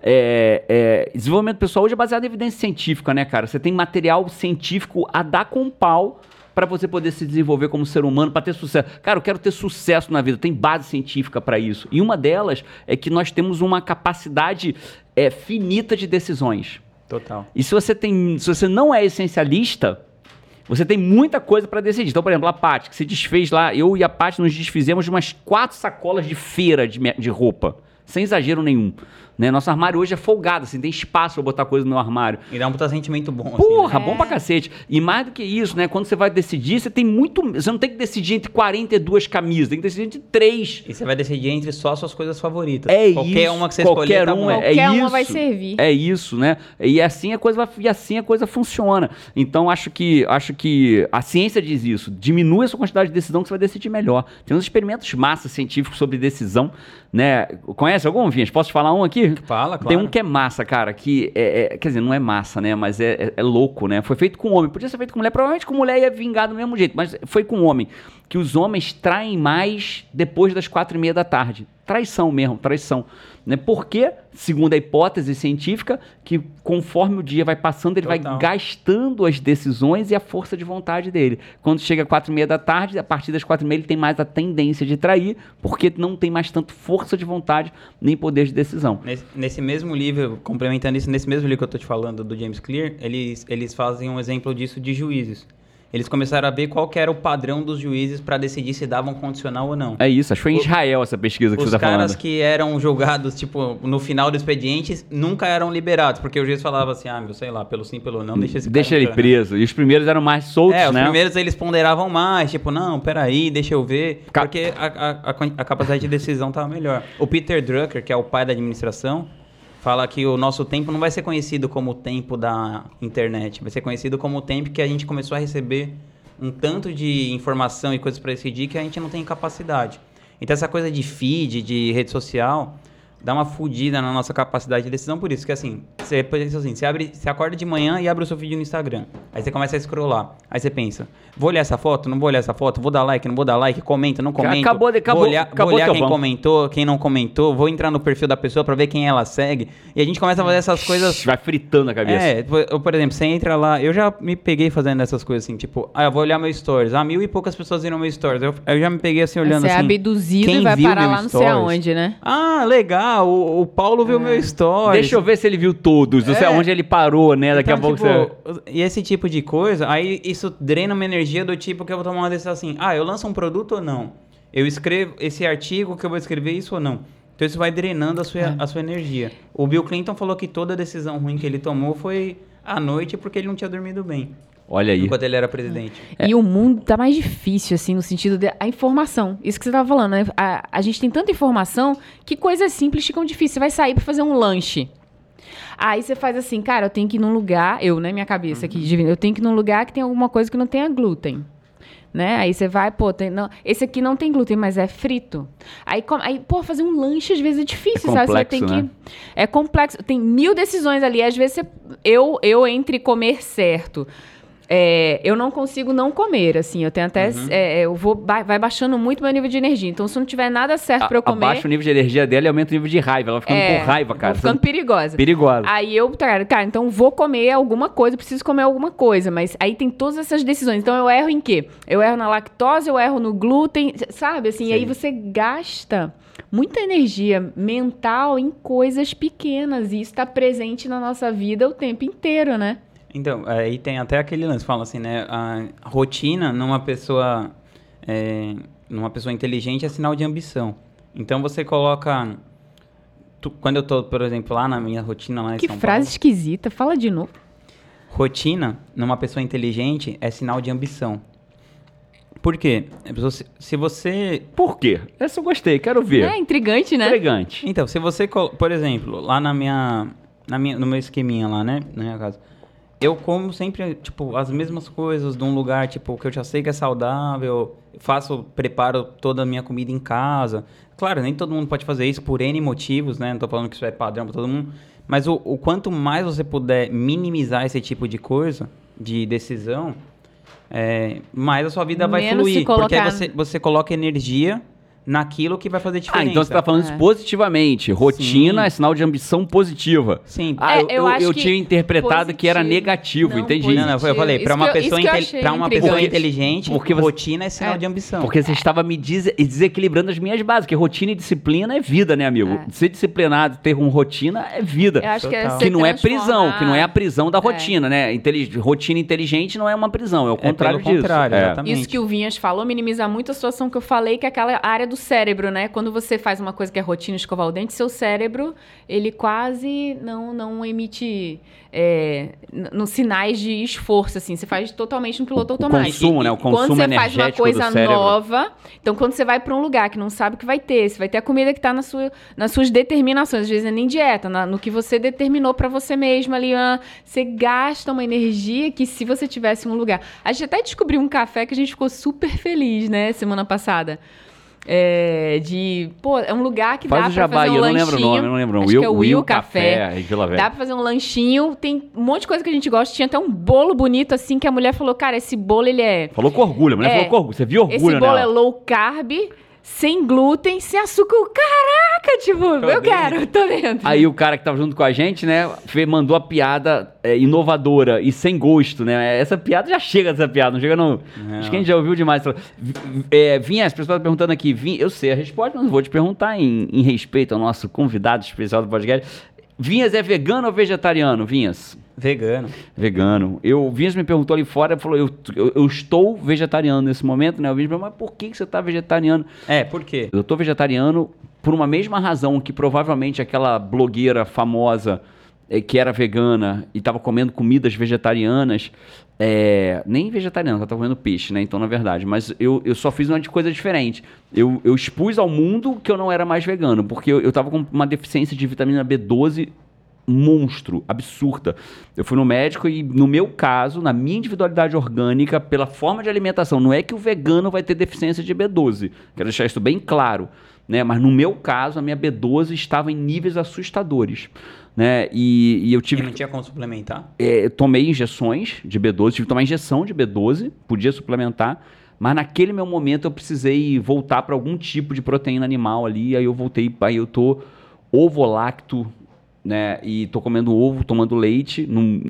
Desenvolvimento pessoal hoje é baseado em evidência científica, né, cara? Você tem material científico a dar com pau para você poder se desenvolver como ser humano, para ter sucesso. Cara, eu quero ter sucesso na vida, tem base científica para isso. E uma delas é que nós temos uma capacidade finita de decisões. Total. E se você não é essencialista, você tem muita coisa para decidir. Então, por exemplo, a Paty, que se desfez lá, eu e a Paty nos desfizemos de umas 4 sacolas de feira de roupa. Sem exagero nenhum. Né? Nosso armário hoje é folgado, assim, tem espaço pra botar coisa no meu armário. E dá um puta sentimento bom. Porra, assim, né? Bom pra cacete. E mais do que isso, né? Quando você vai decidir, você não tem que decidir entre 42 camisas, tem que decidir entre 3. E você vai decidir entre só suas coisas favoritas. Qualquer uma que você escolher, tá bom. Qualquer uma vai servir. É isso, né? E assim a coisa funciona. Então, acho que a ciência diz isso. Diminui a sua quantidade de decisão que você vai decidir melhor. Tem uns experimentos massa científicos sobre decisão, né? Conhece algum, Vinhas? Posso te falar um aqui? Fala, claro. Tem um que é massa, cara, que quer dizer, não é massa, né? Mas é louco, né? Foi feito com homem. Podia ser feito com mulher. Provavelmente com mulher ia vingar do mesmo jeito, mas foi com homem. Que os homens traem mais depois das 4:30 da tarde. Traição mesmo, traição. Né? Porque, segundo a hipótese científica, que conforme o dia vai passando, ele vai gastando as decisões e a força de vontade dele. Quando chega às 4:30 da tarde, a partir das 4:30 ele tem mais a tendência de trair, porque não tem mais tanto força de vontade nem poder de decisão. Nesse mesmo livro, complementando isso, nesse mesmo livro que eu estou te falando, do James Clear, eles fazem um exemplo disso de juízes. Eles começaram a ver qual que era o padrão dos juízes para decidir se davam condicional ou não. É isso, acho que foi em Israel essa pesquisa que você está falando. Os caras que eram julgados, tipo, no final do expediente, nunca eram liberados, porque o juiz falava assim, sei lá, pelo sim, pelo não, deixa ele preso. E os primeiros eram mais soltos, né? Os primeiros eles ponderavam mais, tipo, não, peraí, deixa eu ver, porque a capacidade de decisão estava melhor. O Peter Drucker, que é o pai da administração, fala que o nosso tempo não vai ser conhecido como o tempo da internet, vai ser conhecido como o tempo que a gente começou a receber um tanto de informação e coisas para decidir que a gente não tem capacidade. Então essa coisa de feed, de rede social, dá uma fudida na nossa capacidade de decisão. Por isso que assim, você acorda de manhã e abre o seu feed no Instagram. Aí você começa a scrollar. Aí você pensa, vou olhar essa foto? Não vou olhar essa foto? Vou dar like? Não vou dar like? Comenta? Não comenta? Vou olhar quem comentou, quem não comentou. Vou entrar no perfil da pessoa pra ver quem ela segue. E a gente começa a fazer essas coisas... Vai fritando a cabeça. Por exemplo, você entra lá... Eu já me peguei fazendo essas coisas assim, tipo... eu vou olhar meu stories. 1.000 e poucas pessoas viram meu stories. Eu já me peguei assim, olhando assim... Você é abduzido e vai parar lá não sei aonde, né? Legal. O Paulo viu meu stories. Deixa eu ver se ele viu todos. Não sei onde ele parou, né? Daqui a pouco você... E esse tipo de coisa... Aí isso drena uma energia do tipo que eu vou tomar uma decisão assim... eu lanço um produto ou não? Eu escrevo esse artigo que eu vou escrever isso ou não? Então isso vai drenando a sua energia. O Bill Clinton falou que toda decisão ruim que ele tomou foi à noite porque ele não tinha dormido bem. Olha aí. Enquanto ele era presidente. E o mundo tá mais difícil, assim, no sentido da informação. Isso que você tava falando, né? A gente tem tanta informação que coisas simples ficam difíceis. Você vai sair pra fazer um lanche. Aí você faz assim, cara, eu tenho que ir num lugar... minha cabeça aqui, divina, eu tenho que ir num lugar que tem alguma coisa que não tenha glúten. Né? Aí você vai, esse aqui não tem glúten, mas é frito. Aí, fazer um lanche às vezes é difícil, complexo, sabe? Você tem né? É complexo. Tem 1000 decisões ali. Às vezes eu entre comer certo... eu não consigo não comer, assim, eu tenho até, vai baixando muito meu nível de energia, então se não tiver nada certo pra eu comer... Abaixa o nível de energia dela e aumenta o nível de raiva, ela vai ficando com raiva, cara. Vou ficando perigosa. Perigosa. Aí cara, então vou comer alguma coisa, preciso comer alguma coisa, mas aí tem todas essas decisões, então eu erro em quê? Eu erro na lactose, eu erro no glúten, sabe, assim, e aí você gasta muita energia mental em coisas pequenas, e isso tá presente na nossa vida o tempo inteiro, né? Então, aí tem até aquele lance, fala assim, né? A rotina numa pessoa inteligente é sinal de ambição. Então você coloca... quando eu tô, por exemplo, lá na minha rotina lá em São Paulo... Que frase esquisita, fala de novo. Rotina numa pessoa inteligente é sinal de ambição. Por quê? Se você... Por quê? Essa eu gostei, quero ver. É intrigante, né? Intrigante. Então, se você... Por exemplo, lá no meu esqueminha lá, né? Na minha casa... Eu como sempre, tipo, as mesmas coisas de um lugar, tipo, que eu já sei que é saudável, preparo toda a minha comida em casa. Claro, nem todo mundo pode fazer isso por N motivos, né? Não tô falando que isso é padrão pra todo mundo. Mas o quanto mais você puder minimizar esse tipo de coisa, de decisão, mais a sua vida vai fluir. Porque aí você coloca energia naquilo que vai fazer diferença. Então você tá falando isso positivamente. Rotina é sinal de ambição positiva. Sim. Eu tinha interpretado que era negativo, entendi. Não, eu falei, para uma pessoa inteligente, porque rotina é sinal de ambição. Porque você estava me desequilibrando as minhas bases, porque rotina e disciplina é vida, né, amigo? Ser disciplinado, ter uma rotina é vida. Eu acho que não é prisão, que não é a prisão da rotina, né? Rotina inteligente não é uma prisão, é o contrário disso. Contrário, exatamente. Isso que o Vinhas falou, minimizar muito a situação que eu falei, que é aquela área do cérebro, né? Quando você faz uma coisa que é rotina, escovar o dente, seu cérebro, ele quase não emite nos sinais de esforço, assim. Você faz totalmente no piloto automático. Consumo, né? O consumo energético do cérebro. Quando você faz uma coisa nova, então quando você vai para um lugar que não sabe o que vai ter, você vai ter a comida que está nas suas determinações, às vezes é nem dieta, no que você determinou para você mesmo ali, você gasta uma energia que se você tivesse um lugar... A gente até descobriu um café que a gente ficou super feliz, né? Semana passada. É um lugar que dá pra fazer um lanchinho. Eu não lembro o nome, acho que é o Will Café. Vila Velha. Dá pra fazer um lanchinho, tem um monte de coisa que a gente gosta. Tinha até um bolo bonito assim, que a mulher falou, cara, esse bolo ele é... Falou com orgulho, a mulher falou com orgulho, você viu orgulho nela. Esse bolo é low carb, sem glúten, sem açúcar. Caraca, tipo, eu quero, tô dentro. Aí o cara que tava junto com a gente, né, mandou a piada inovadora e sem gosto, né? Essa piada já chega dessa piada, não chega não. Acho que a gente já ouviu demais. Vinha, as pessoas estão perguntando aqui, eu sei a resposta, mas vou te perguntar em respeito ao nosso convidado especial do podcast. Vinhas é vegano ou vegetariano, Vinhas? Vegano. O Vinhas me perguntou ali fora, falou, eu estou vegetariano nesse momento, né? O Vinhas me perguntou, mas por que você está vegetariano? Por quê? Eu estou vegetariano por uma mesma razão que provavelmente aquela blogueira famosa que era vegana e estava comendo comidas vegetarianas, nem vegetariana, ela estava comendo peixe, né? Então, na verdade, mas eu só fiz uma coisa diferente. Eu expus ao mundo que eu não era mais vegano, porque eu estava com uma deficiência de vitamina B12 monstro, absurda. Eu fui no médico e, no meu caso, na minha individualidade orgânica, pela forma de alimentação, não é que o vegano vai ter deficiência de B12. Quero deixar isso bem claro, né? Mas no meu caso, a minha B12 estava em níveis assustadores, né? E eu tive... E não tinha como suplementar? Eu tomei injeções de B12, tive que tomar injeção de B12, podia suplementar, mas naquele meu momento eu precisei voltar para algum tipo de proteína animal ali, aí eu voltei, aí eu tô ovo-lacto, né? E tô comendo ovo, tomando leite.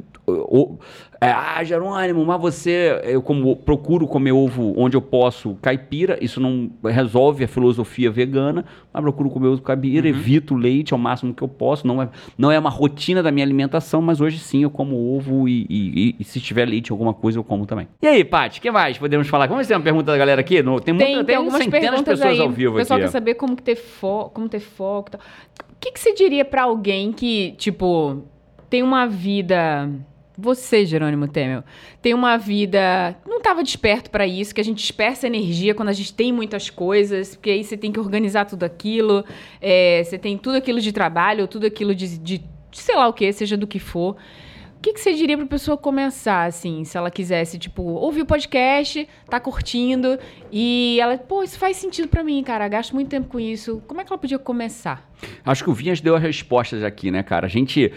Jerônimo, mas eu procuro comer ovo onde eu posso caipira, isso não resolve a filosofia vegana, mas procuro comer ovo caipira, evito leite ao máximo que eu posso, não é uma rotina da minha alimentação, mas hoje sim eu como ovo e se tiver leite em alguma coisa eu como também. E aí, Paty, o que mais podemos falar? Vamos ter uma pergunta da galera aqui? Tem algumas centenas de pessoas aí. ao vivo aqui. O pessoal quer saber como ter foco e tal. O que você diria pra alguém que, tipo, tem uma vida... você, Jerônimo Temel, tem uma vida... Não estava desperto para isso, que a gente dispersa energia quando a gente tem muitas coisas, porque aí você tem que organizar tudo aquilo, você tem tudo aquilo de trabalho, ou tudo aquilo de sei lá o que, seja do que for. O que você diria para a pessoa começar, assim, se ela quisesse, tipo, ouvir o podcast, tá curtindo, e ela, pô, isso faz sentido para mim, cara, gasto muito tempo com isso. Como é que ela podia começar? Acho que o Vinhas deu as respostas aqui, né, cara?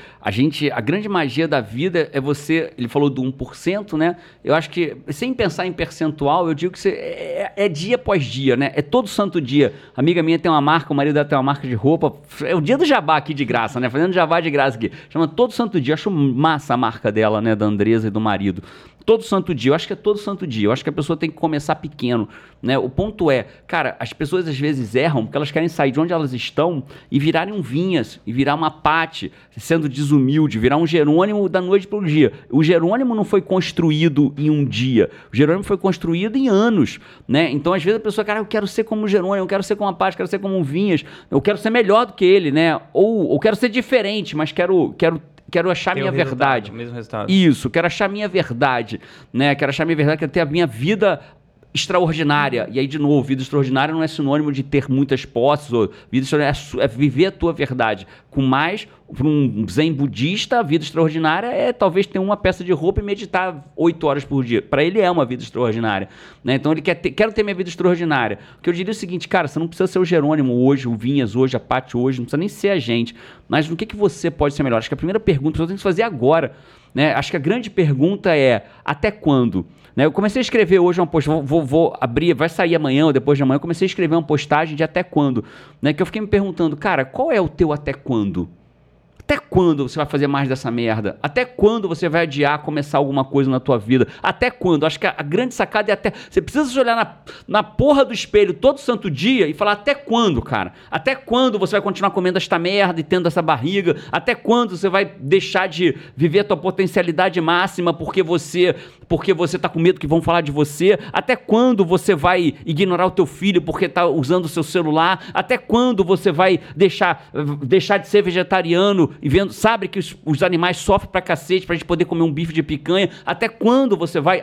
A grande magia da vida é você... Ele falou do 1%, né? Eu acho que, sem pensar em percentual, eu digo que é dia após dia, né? É todo santo dia. A amiga minha tem uma marca, o marido dela tem uma marca de roupa. É o dia do jabá aqui de graça, né? Fazendo jabá de graça aqui. Chama Todo Santo Dia. Acho massa a marca dela, né? Da Andresa e do marido. Todo santo dia, eu acho que é todo santo dia, eu acho que a pessoa tem que começar pequeno, né? O ponto é, cara, as pessoas às vezes erram porque elas querem sair de onde elas estão e virarem um Vinhas, e virar uma Paty, sendo desumilde, virar um Jerônimo da noite para o dia. O Jerônimo não foi construído em um dia, o Jerônimo foi construído em anos, né? Então às vezes a pessoa, cara, eu quero ser como o Jerônimo, eu quero ser como a Paty, eu quero ser como um Vinhas, eu quero ser melhor do que ele, né? Ou quero ser diferente, mas quero achar minha verdade. O mesmo resultado. Isso, quero achar minha verdade, né? Quero achar minha verdade, quero ter a minha vida extraordinária. E aí, de novo, vida extraordinária não é sinônimo de ter muitas posses, ou vida extraordinária é viver a tua verdade. Com mais, para um zen budista, a vida extraordinária é talvez ter uma peça de roupa e meditar 8 horas por dia. Para ele é uma vida extraordinária, né? Então ele quero ter minha vida extraordinária. O que eu diria é o seguinte, cara, você não precisa ser o Jerônimo hoje, o Vinhas hoje, a Paty hoje, não precisa nem ser a gente. Mas no que você pode ser melhor? Acho que a primeira pergunta que você tem que fazer agora, né? Acho que a grande pergunta é, até quando? Né? Eu comecei a escrever hoje uma postagem, vou abrir, vai sair amanhã ou depois de amanhã, eu comecei a escrever uma postagem de até quando, né? Que eu fiquei me perguntando, cara, qual é o teu até quando? Até quando você vai fazer mais dessa merda? Até quando você vai adiar começar alguma coisa na tua vida? Até quando? Acho que a grande sacada é até... Você precisa se olhar na porra do espelho todo santo dia e falar até quando, cara? Até quando você vai continuar comendo esta merda e tendo essa barriga? Até quando você vai deixar de viver a tua potencialidade máxima porque você tá com medo que vão falar de você? Até quando você vai ignorar o teu filho porque tá usando o seu celular? Até quando você vai deixar de ser vegetariano e vendo, sabe que os animais sofrem pra cacete pra gente poder comer um bife de picanha? Até quando você vai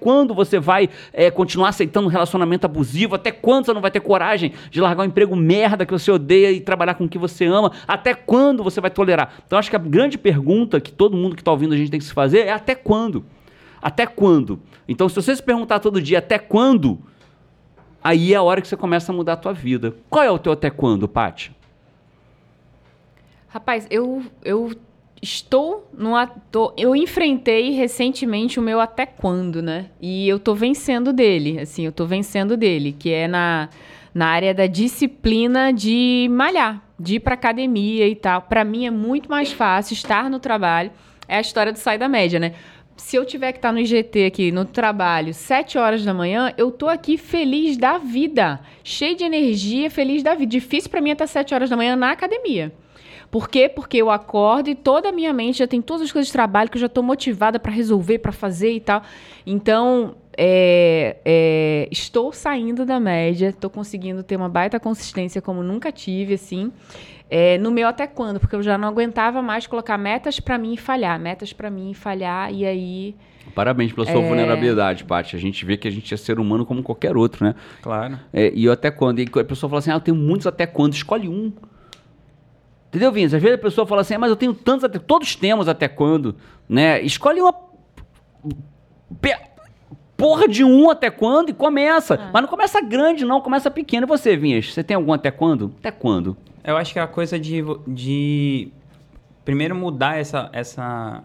continuar aceitando um relacionamento abusivo? Até quando você não vai ter coragem de largar um emprego merda que você odeia e trabalhar com o que você ama? Até quando você vai tolerar? Então acho que a grande pergunta que todo mundo que tá ouvindo a gente tem que se fazer é até quando? Até quando? Então se você se perguntar todo dia até quando, aí é a hora que você começa a mudar a tua vida. Qual é o teu até quando, Paty? Rapaz, eu eu enfrentei recentemente o meu até quando, né? E eu tô vencendo dele, que é na área da disciplina de malhar, de ir pra academia e tal. Pra mim é muito mais fácil estar no trabalho. É a história do sai da média, né? Se eu tiver que estar no IGT aqui, no trabalho, 7 horas da manhã, eu tô aqui feliz da vida, cheio de energia, feliz da vida. Difícil pra mim é estar 7 horas da manhã na academia. Por quê? Porque eu acordo e toda a minha mente já tem todas as coisas de trabalho que eu já estou motivada para resolver, para fazer e tal. Então, estou saindo da média, estou conseguindo ter uma baita consistência como nunca tive, assim, no meu até quando, porque eu já não aguentava mais colocar metas para mim e falhar, e aí... Parabéns pela sua vulnerabilidade, Paty. A gente vê que a gente é ser humano como qualquer outro, né? Claro. E eu até quando? E a pessoa fala assim, eu tenho muitos até quando, escolhe um. Entendeu, Vinhas? Às vezes a pessoa fala assim, mas eu tenho tantos até... Todos temos até quando, né? Escolhe uma... Porra de um até quando e começa. Mas não começa grande, não. Começa pequeno. E você, Vinhas? Você tem algum até quando? Até quando? Eu acho que é a coisa de primeiro mudar essa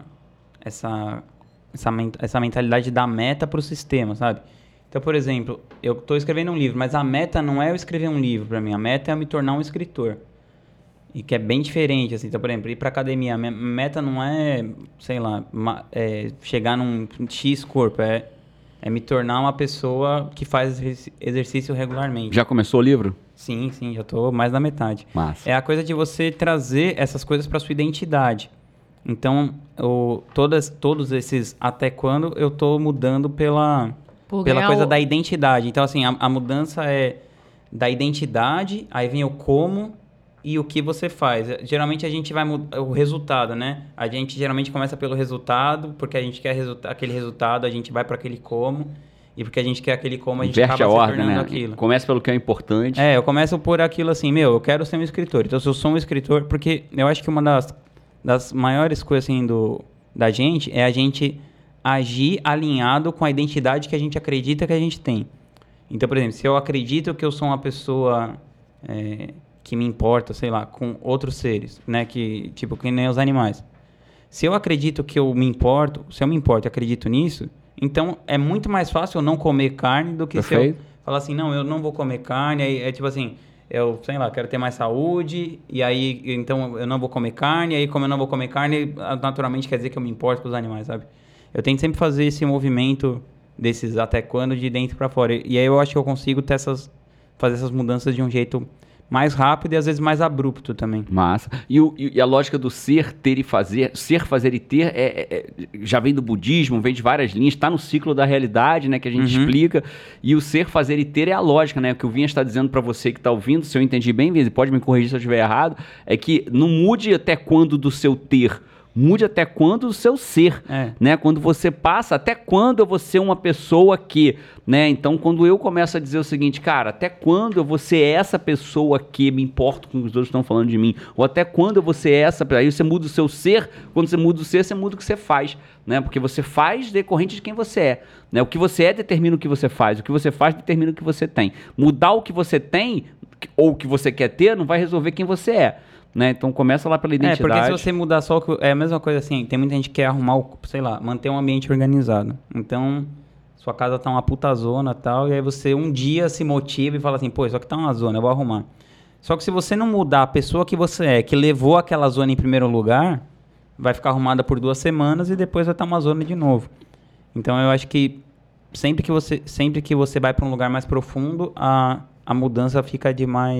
mentalidade da meta pro sistema, sabe? Então, por exemplo, eu tô escrevendo um livro, mas a meta não é eu escrever um livro pra mim. A meta é eu me tornar um escritor. E que é bem diferente, assim. Então, por exemplo, ir pra academia. A minha meta não é, sei lá, chegar num X corpo. É me tornar uma pessoa que faz exercício regularmente. Já começou o livro? Sim, já tô mais da metade. Massa. É a coisa de você trazer essas coisas pra sua identidade. Então, todos esses até quando eu tô mudando pela coisa da identidade. Então, assim, a mudança é da identidade, aí vem o como... e o que você faz. Geralmente a gente vai mudar o resultado, né? A gente geralmente começa pelo resultado, porque a gente quer aquele resultado, a gente vai para aquele como, e porque a gente quer aquele como, a gente inverte acaba a se ordem, tornando né? aquilo. Começa pelo que é importante. Eu começo por aquilo assim, eu quero ser um escritor. Então, se eu sou um escritor, porque eu acho que uma das maiores coisas assim da gente é a gente agir alinhado com a identidade que a gente acredita que a gente tem. Então, por exemplo, se eu acredito que eu sou uma pessoa que me importa, sei lá, com outros seres, né, que nem os animais. Se eu acredito que eu me importo, se eu me importo e acredito nisso, então é muito mais fácil eu não comer carne do que Perfeito. se eu falar assim, não, eu não vou comer carne, aí é tipo assim, eu, sei lá, quero ter mais saúde, e aí, então eu não vou comer carne, e aí como eu não vou comer carne, naturalmente quer dizer que eu me importo com os animais, sabe? Eu tento sempre fazer esse movimento desses até quando de dentro para fora, e aí eu acho que eu consigo fazer essas mudanças de um jeito mais rápido e às vezes mais abrupto também. Massa. E a lógica do ser, ter e fazer, ser, fazer e ter, já vem do budismo, vem de várias linhas, está no ciclo da realidade, né, que a gente explica. E o ser, fazer e ter é a lógica, né? O que o Vinha está dizendo para você que está ouvindo, se eu entendi bem, Vinha, pode me corrigir se eu estiver errado, é que não mude até quando do seu ter, mude até quando do seu ser, né? Quando você passa, até quando eu vou ser uma pessoa que, né? Então, quando eu começo a dizer o seguinte, cara, até quando eu vou ser essa pessoa que me importo com o que os outros estão falando de mim? Ou até quando eu vou ser essa... Aí você muda o seu ser, quando você muda o ser, você muda o que você faz, né? Porque você faz decorrente de quem você é, né? O que você é determina o que você faz, o que você faz determina o que você tem. Mudar o que você tem, ou o que você quer ter, não vai resolver quem você é. Né? Então começa lá pela identidade. Porque se você mudar só... É a mesma coisa assim, tem muita gente que quer arrumar, sei lá, manter um ambiente organizado. Então, sua casa tá uma puta zona e tal, e aí você um dia se motiva e fala assim, pô, isso aqui tá uma zona, eu vou arrumar. Só que se você não mudar a pessoa que você é, que levou aquela zona em primeiro lugar, vai ficar arrumada por 2 semanas e depois vai estar uma zona de novo. Então eu acho que sempre que você vai para um lugar mais profundo, a mudança fica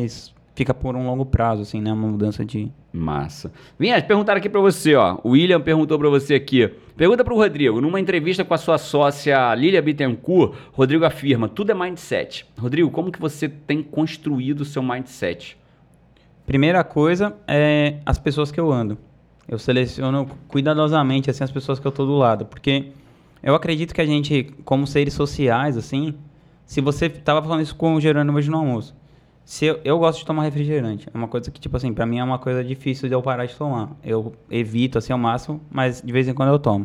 por um longo prazo, assim, né? Uma mudança de... Massa. Vinhas, perguntaram aqui pra você, ó. O William perguntou pra você aqui. Pergunta pro Rodrigo. Numa entrevista com a sua sócia Lília Bittencourt, Rodrigo afirma, tudo é mindset. Rodrigo, como que você tem construído o seu mindset? Primeira coisa é as pessoas que eu ando. Eu seleciono cuidadosamente, assim, as pessoas que eu tô do lado. Porque eu acredito que a gente, como seres sociais, assim... Se você... Tava falando isso com o Jerônimo hoje no almoço. Eu gosto de tomar refrigerante. É uma coisa que, tipo assim, pra mim é uma coisa difícil de eu parar de tomar. Eu evito, assim, ao máximo, mas de vez em quando eu tomo.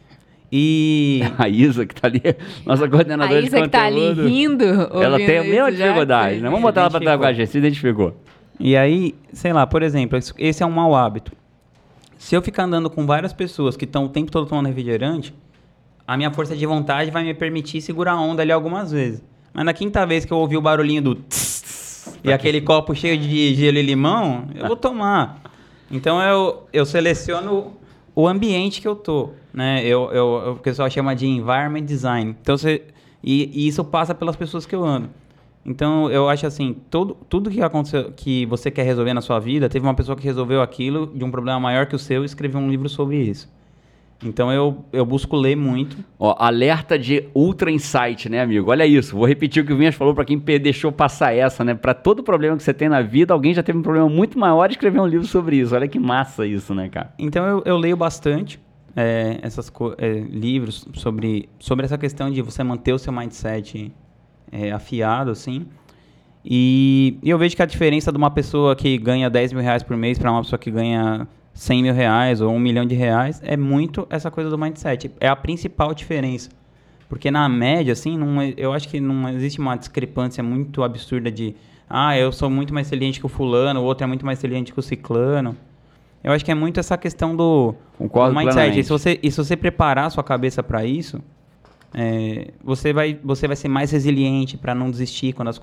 E... A Isa, que tá ali, nossa coordenadora de conteúdo. A Isa que tá ali rindo, ela tem a mesma dificuldade, né? Vamos botar ela pra estar com a gente, se identificou. E aí, sei lá, por exemplo, esse é um mau hábito. Se eu ficar andando com várias pessoas que estão o tempo todo tomando refrigerante, a minha força de vontade vai me permitir segurar a onda ali algumas vezes. Mas na quinta vez que eu ouvi o barulhinho do... E aquele copo cheio de gelo e limão, eu vou tomar. Então eu seleciono o ambiente que eu tô, né? O pessoal chama de environment design. Então e isso passa pelas pessoas que eu ando. Então eu acho assim, tudo que aconteceu, que você quer resolver na sua vida, teve uma pessoa que resolveu aquilo de um problema maior que o seu e escreveu um livro sobre isso. Então eu busco ler muito. Ó, alerta de ultra insight, né, amigo? Olha isso, vou repetir o que o Vinhas falou para quem deixou passar essa, né? Para todo problema que você tem na vida, alguém já teve um problema muito maior e escreveu um livro sobre isso. Olha que massa isso, né, cara? Então eu leio bastante livros sobre essa questão de você manter o seu mindset afiado, assim. E eu vejo que a diferença de uma pessoa que ganha 10 mil reais por mês para uma pessoa que ganha 100 mil reais ou 1 milhão de reais é muito essa coisa do mindset. É a principal diferença. Porque na média, assim, eu acho que não existe uma discrepância muito absurda de eu sou muito mais inteligente que o fulano, o outro é muito mais inteligente que o ciclano. Eu acho que é muito essa questão do mindset. E se você preparar a sua cabeça para isso, você vai ser mais resiliente para não desistir quando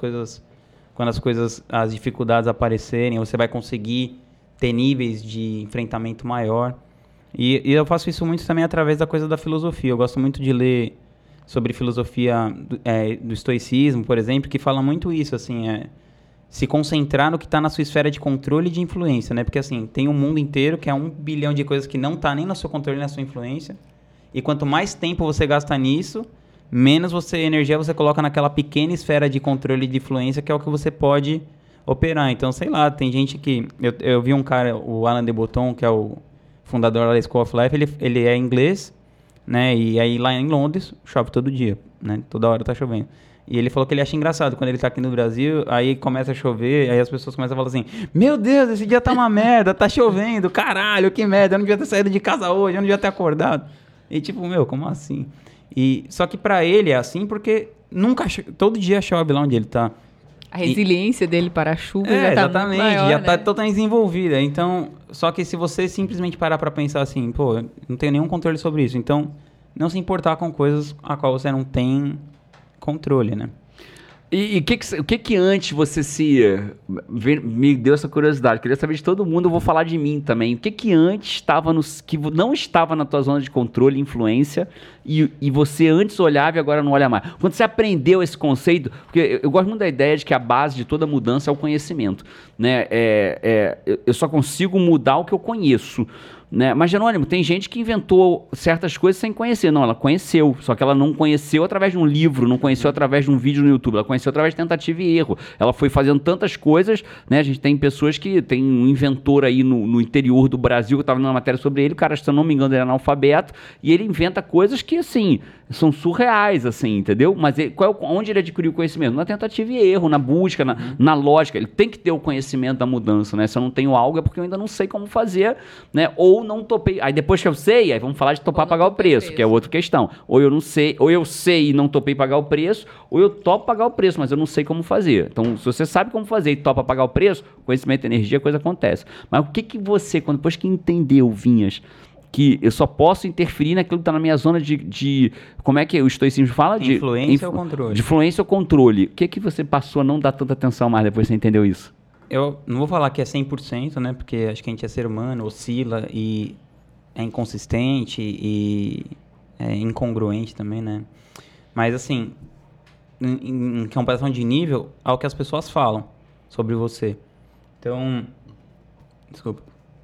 as dificuldades aparecerem. Você vai conseguir ter níveis de enfrentamento maior. E eu faço isso muito também através da coisa da filosofia. Eu gosto muito de ler sobre filosofia do estoicismo, por exemplo, que fala muito isso, assim, se concentrar no que está na sua esfera de controle e de influência, né? Porque, assim, tem um mundo inteiro que é 1 bilhão de coisas que não está nem no seu controle nem na sua influência. E quanto mais tempo você gasta nisso, menos energia você coloca naquela pequena esfera de controle e de influência, que é o que você pode operar. Então, sei lá, tem gente que... Eu vi um cara, o Alain de Botton, que é o fundador da School of Life, ele é inglês, né? E aí lá em Londres, chove todo dia, né? Toda hora tá chovendo. E ele falou que ele acha engraçado quando ele tá aqui no Brasil, aí começa a chover, aí as pessoas começam a falar assim, meu Deus, esse dia tá uma merda, tá chovendo, caralho, que merda, eu não devia ter saído de casa hoje, eu não devia ter acordado. E tipo, meu, como assim? Só que pra ele é assim porque todo dia chove lá onde ele tá. A resiliência dele para a chuva já tá exatamente, maior, já né? tá totalmente desenvolvida. Então, só que se você simplesmente parar pra pensar assim, pô, eu não tenho nenhum controle sobre isso, então não se importar com coisas a qual você não tem controle, né? E o que antes você me deu essa curiosidade? Queria saber de todo mundo, eu vou falar de mim também. O que antes estava que não estava na tua zona de controle e influência e você antes olhava e agora não olha mais? Quando você aprendeu esse conceito, porque eu gosto muito da ideia de que a base de toda mudança é o conhecimento, né? Eu só consigo mudar o que eu conheço. Né? Mas, Jerônimo, tem gente que inventou certas coisas sem conhecer. Não, ela conheceu, só que ela não conheceu através de um livro, não conheceu através de um vídeo no YouTube, ela conheceu através de tentativa e erro. Ela foi fazendo tantas coisas, né? A gente tem pessoas que tem um inventor aí no interior do Brasil, que eu estava numa matéria sobre ele, o cara, se eu não me engano, ele é analfabeto, e ele inventa coisas que, assim, são surreais, assim, entendeu? Mas onde ele adquiriu o conhecimento? Na tentativa e erro, na busca, na lógica. Ele tem que ter o conhecimento da mudança, né? Se eu não tenho algo é porque eu ainda não sei como fazer, né? Ou não topei. Aí depois que eu sei, aí vamos falar de topar pagar o preço, que é outra questão. Ou eu não sei, ou eu sei e não topei pagar o preço, ou eu topo pagar o preço, mas eu não sei como fazer. Então, se você sabe como fazer e topa pagar o preço, conhecimento e energia, a coisa acontece. Mas o que você, depois que entendeu, Vinhas, que eu só posso interferir naquilo que está na minha zona de como é que o estoicismo fala? De influência ou controle. De influência ou controle. O que você passou a não dar tanta atenção mais depois que você entendeu isso? Eu não vou falar que é 100%, né? Porque acho que a gente é ser humano, oscila e é inconsistente e é incongruente também, né? Mas, assim, em comparação de nível, ao que as pessoas falam sobre você. Então, desculpa.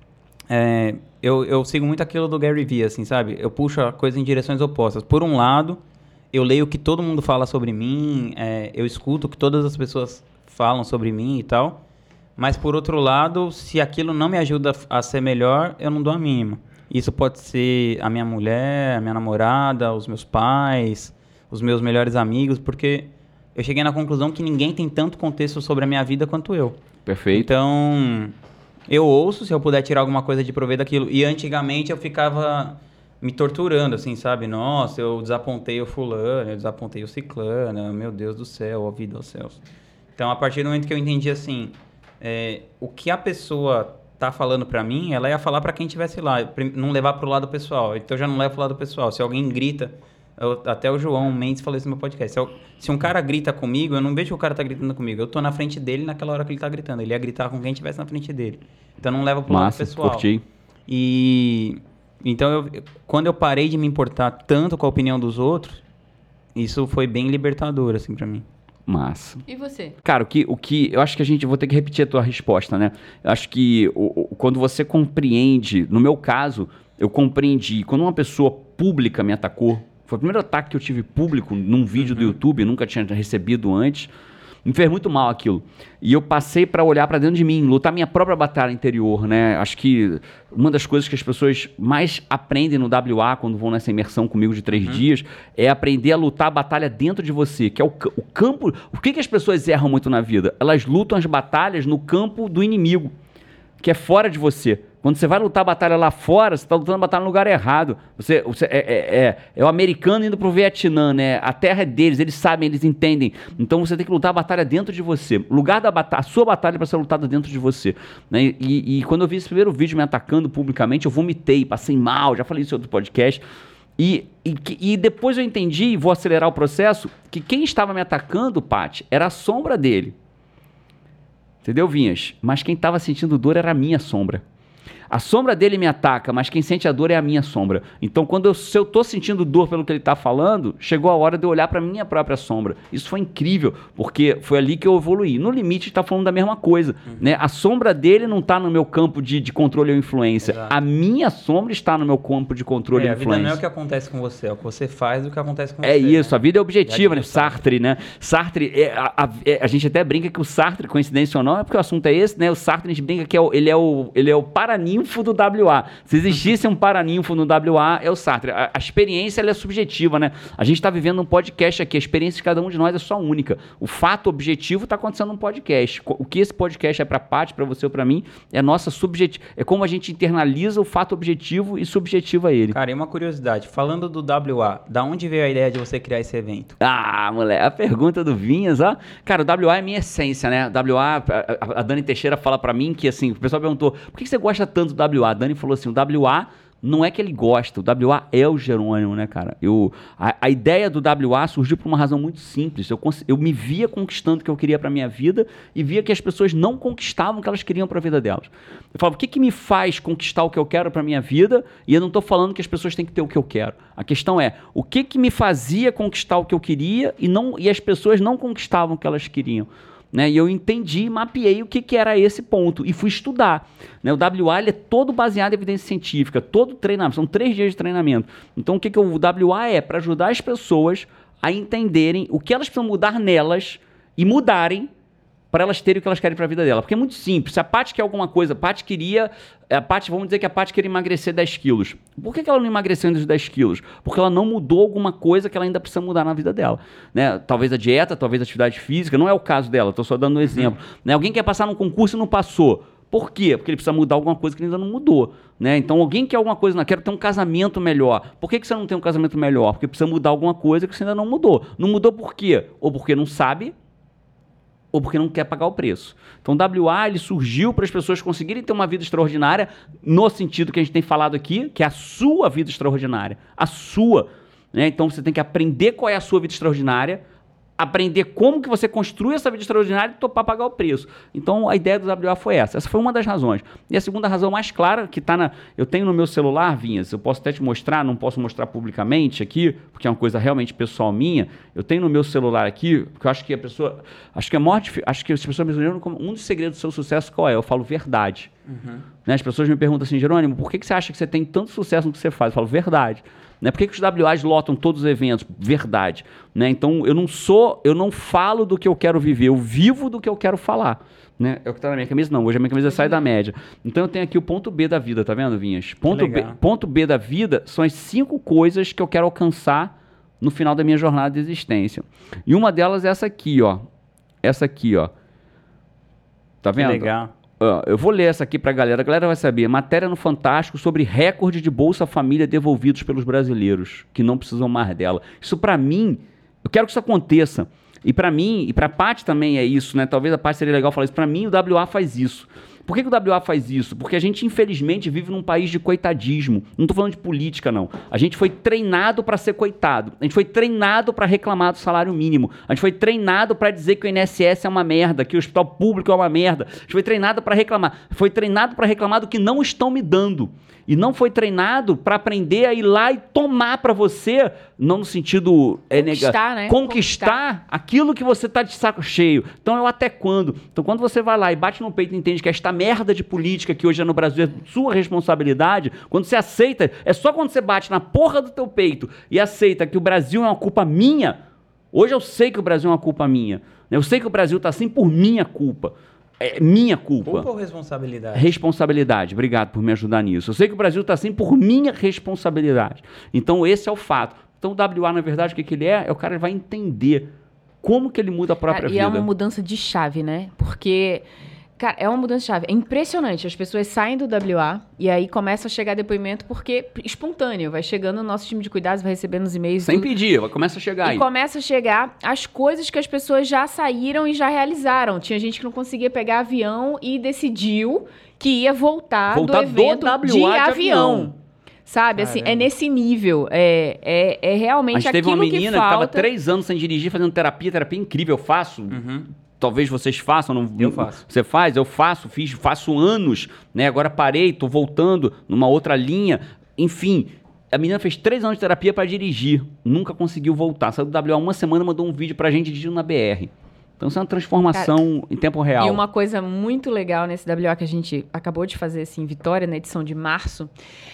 Eu sigo muito aquilo do Gary Vee, assim, sabe? Eu puxo a coisa em direções opostas. Por um lado, eu leio o que todo mundo fala sobre mim, eu escuto o que todas as pessoas falam sobre mim e tal. Mas, por outro lado, se aquilo não me ajuda a ser melhor, eu não dou a mínima. Isso pode ser a minha mulher, a minha namorada, os meus pais, os meus melhores amigos, porque eu cheguei na conclusão que ninguém tem tanto contexto sobre a minha vida quanto eu. Perfeito. Então, eu ouço, se eu puder tirar alguma coisa de proveito daquilo. E antigamente eu ficava me torturando, assim, sabe? Nossa, eu desapontei o fulano, eu desapontei o ciclano, meu Deus do céu, ó vida aos céus. Então, a partir do momento que eu entendi, assim... o que a pessoa tá falando pra mim, ela ia falar pra quem estivesse lá, não levar pro lado pessoal. Então eu já não levo pro lado pessoal. Se alguém grita, até o João Mendes falou isso no meu podcast, se um cara grita comigo, eu não vejo que o cara tá gritando comigo, eu tô na frente dele naquela hora que ele tá gritando, ele ia gritar com quem estivesse na frente dele. Então eu não levo pro lado pessoal. Curti. Então quando eu parei de me importar tanto com a opinião dos outros, isso foi bem libertador, assim, pra mim. Massa. E você? Cara, o que eu acho que vou ter que repetir a tua resposta, né? Eu acho que quando você compreende, no meu caso, eu compreendi, quando uma pessoa pública me atacou, foi o primeiro ataque que eu tive público num vídeo do YouTube, nunca tinha recebido antes, me fez muito mal aquilo. E eu passei para olhar para dentro de mim, lutar minha própria batalha interior, né? Acho que uma das coisas que as pessoas mais aprendem no WA, quando vão nessa imersão comigo de 3 dias, é aprender a lutar a batalha dentro de você, que é o campo... O que as pessoas erram muito na vida? Elas lutam as batalhas no campo do inimigo, que é fora de você. Quando você vai lutar a batalha lá fora, você está lutando a batalha no lugar errado. Você é o americano indo pro Vietnã, né? A terra é deles, eles sabem, eles entendem. Então você tem que lutar a batalha dentro de você. O lugar da batalha, a sua batalha é para ser lutada dentro de você. Né? E quando eu vi esse primeiro vídeo me atacando publicamente, eu vomitei, passei mal, já falei isso em outro podcast. E depois eu entendi, e vou acelerar o processo, que quem estava me atacando, Paty, era a sombra dele. Entendeu, Vinhas? Mas quem estava sentindo dor era a minha sombra. A sombra dele me ataca, mas quem sente a dor é a minha sombra. Então, se eu tô sentindo dor pelo que ele tá falando, chegou a hora de eu olhar pra minha própria sombra. Isso foi incrível, porque foi ali que eu evoluí. No limite, tá falando da mesma coisa, né? A sombra dele não tá no meu campo de controle ou influência. Exato. A minha sombra está no meu campo de controle e influência. A vida não é o que acontece com você, é o que você faz do que acontece com você. É isso, a vida é objetiva, né? Sartre, né? Sartre, a gente até brinca que o Sartre, coincidência ou não, é porque o assunto é esse, né? O Sartre, a gente brinca que ele é o paraninfo do WA. Se existisse um paraninfo no WA, é o Sartre. A experiência, ela é subjetiva, né? A gente está vivendo um podcast aqui, a experiência de cada um de nós é só única. O fato objetivo está acontecendo num podcast. O que esse podcast é para a Paty, para você ou para mim, é nossa subjetiva. É como a gente internaliza o fato objetivo e subjetiva ele. Cara, e uma curiosidade, falando do WA, da onde veio a ideia de você criar esse evento? Ah, moleque, a pergunta do Vinhas, ó. Cara, o WA é minha essência, né? A Dani Teixeira fala pra mim que, assim, o pessoal perguntou, por que você gosta tanto do WA? A Dani falou assim, o WA não é que ele gosta, o WA é o Jerônimo, né, cara? A ideia do WA surgiu por uma razão muito simples. Eu me via conquistando o que eu queria pra minha vida e via que as pessoas não conquistavam o que elas queriam pra vida delas. Eu falava, o que me faz conquistar o que eu quero pra minha vida? E eu não tô falando que as pessoas têm que ter o que eu quero. A questão é, o que me fazia conquistar o que eu queria e as pessoas não conquistavam o que elas queriam? Né? E eu entendi e mapeei o que era esse ponto e fui estudar. Né? O WA ele é todo baseado em evidência científica, todo treinamento, são 3 dias de treinamento. Então o WA é para ajudar as pessoas a entenderem o que elas precisam mudar nelas e mudarem para elas terem o que elas querem para a vida dela. Porque é muito simples. Se a Paty quer alguma coisa, vamos dizer que a Paty quer emagrecer 10 quilos. Por que ela não emagreceu ainda os 10 quilos? Porque ela não mudou alguma coisa que ela ainda precisa mudar na vida dela. Né? Talvez a dieta, talvez a atividade física, não é o caso dela, estou só dando um exemplo. Né? Alguém quer passar num concurso e não passou. Por quê? Porque ele precisa mudar alguma coisa que ele ainda não mudou. Né? Então, alguém quer alguma coisa, quero ter um casamento melhor. Por que você não tem um casamento melhor? Porque precisa mudar alguma coisa que você ainda não mudou. Não mudou por quê? Ou porque não sabe, ou porque não quer pagar o preço. Então o WA ele surgiu para as pessoas conseguirem ter uma vida extraordinária no sentido que a gente tem falado aqui, que é a sua vida extraordinária. A sua. Né? Então você tem que aprender qual é a sua vida extraordinária, aprender como que você construi essa vida extraordinária e topar pagar o preço. Então a ideia do WA foi essa. Essa foi uma das razões. E a segunda razão mais clara, que está eu tenho no meu celular, Vinhas, eu posso até te mostrar, não posso mostrar publicamente aqui, porque é uma coisa realmente pessoal minha. Eu tenho no meu celular aqui, porque eu acho que a pessoa, acho que as pessoas me perguntam como um dos segredos do seu sucesso qual é? Eu falo verdade. Né? As pessoas me perguntam assim, Jerônimo, por que você acha que você tem tanto sucesso no que você faz? Eu falo verdade. Né? Por que os WAs lotam todos os eventos? Verdade. Né? Então, eu não falo do que eu quero viver, eu vivo do que eu quero falar. Né? É o que está na minha camisa? Não, hoje a minha camisa sai da média. Então, eu tenho aqui o ponto B da vida, tá vendo, Vinhas? Ponto B da vida são as 5 coisas que eu quero alcançar no final da minha jornada de existência. E uma delas é essa aqui, ó. Essa aqui, ó. Tá vendo? Que legal. Eu vou ler essa aqui pra galera. A galera vai saber. Matéria no Fantástico sobre recorde de Bolsa Família devolvidos pelos brasileiros que não precisam mais dela. Isso pra mim, eu quero que isso aconteça. E pra mim, e pra Paty também é isso, né? Talvez a Paty seria legal falar isso. Pra mim, o WA faz isso. Por que o WA faz isso? Porque a gente, infelizmente, vive num país de coitadismo. Não tô falando de política, não. A gente foi treinado para ser coitado. A gente foi treinado para reclamar do salário mínimo. A gente foi treinado para dizer que o INSS é uma merda, que o hospital público é uma merda. A gente foi treinado para reclamar. Foi treinado para reclamar do que não estão me dando. E não foi treinado para aprender a ir lá e tomar para você, não no sentido conquistar aquilo que você tá de saco cheio. Então, até quando? Então, quando você vai lá e bate no peito e entende que esta merda de política que hoje é no Brasil é sua responsabilidade, quando você aceita, é só quando você bate na porra do teu peito e aceita que o Brasil é uma culpa minha. Hoje eu sei que o Brasil é uma culpa minha. Eu sei que o Brasil tá assim por minha culpa. É minha culpa. Culpa ou responsabilidade? Responsabilidade. Obrigado por me ajudar nisso. Eu sei que o Brasil está assim por minha responsabilidade. Então, esse é o fato. Então, o WA, na verdade, o que ele é? O cara vai entender como que ele muda a própria vida. E é uma mudança de chave, né? Porque... Cara, é uma mudança de chave. É impressionante. As pessoas saem do WA e aí começa a chegar depoimento porque espontâneo. Vai chegando no nosso time de cuidados, vai recebendo os e-mails. Sem pedir, começa a chegar aí. E começa a chegar as coisas que as pessoas já saíram e já realizaram. Tinha gente que não conseguia pegar avião e decidiu que ia voltar do evento de avião. Sabe, assim, é nesse nível. É realmente aquilo que falta. A gente teve uma menina que estava 3 anos sem dirigir, fazendo terapia incrível, eu faço... talvez vocês façam. Não, eu faço. Você faz? Eu faço, faço anos, né? Agora parei, tô voltando numa outra linha. Enfim, a menina fez 3 anos de terapia para dirigir. Nunca conseguiu voltar. Saiu do WA uma semana, mandou um vídeo pra gente dirigindo na BR. Então, isso é uma transformação em tempo real. E uma coisa muito legal nesse WA que a gente acabou de fazer assim, em Vitória, na edição de março,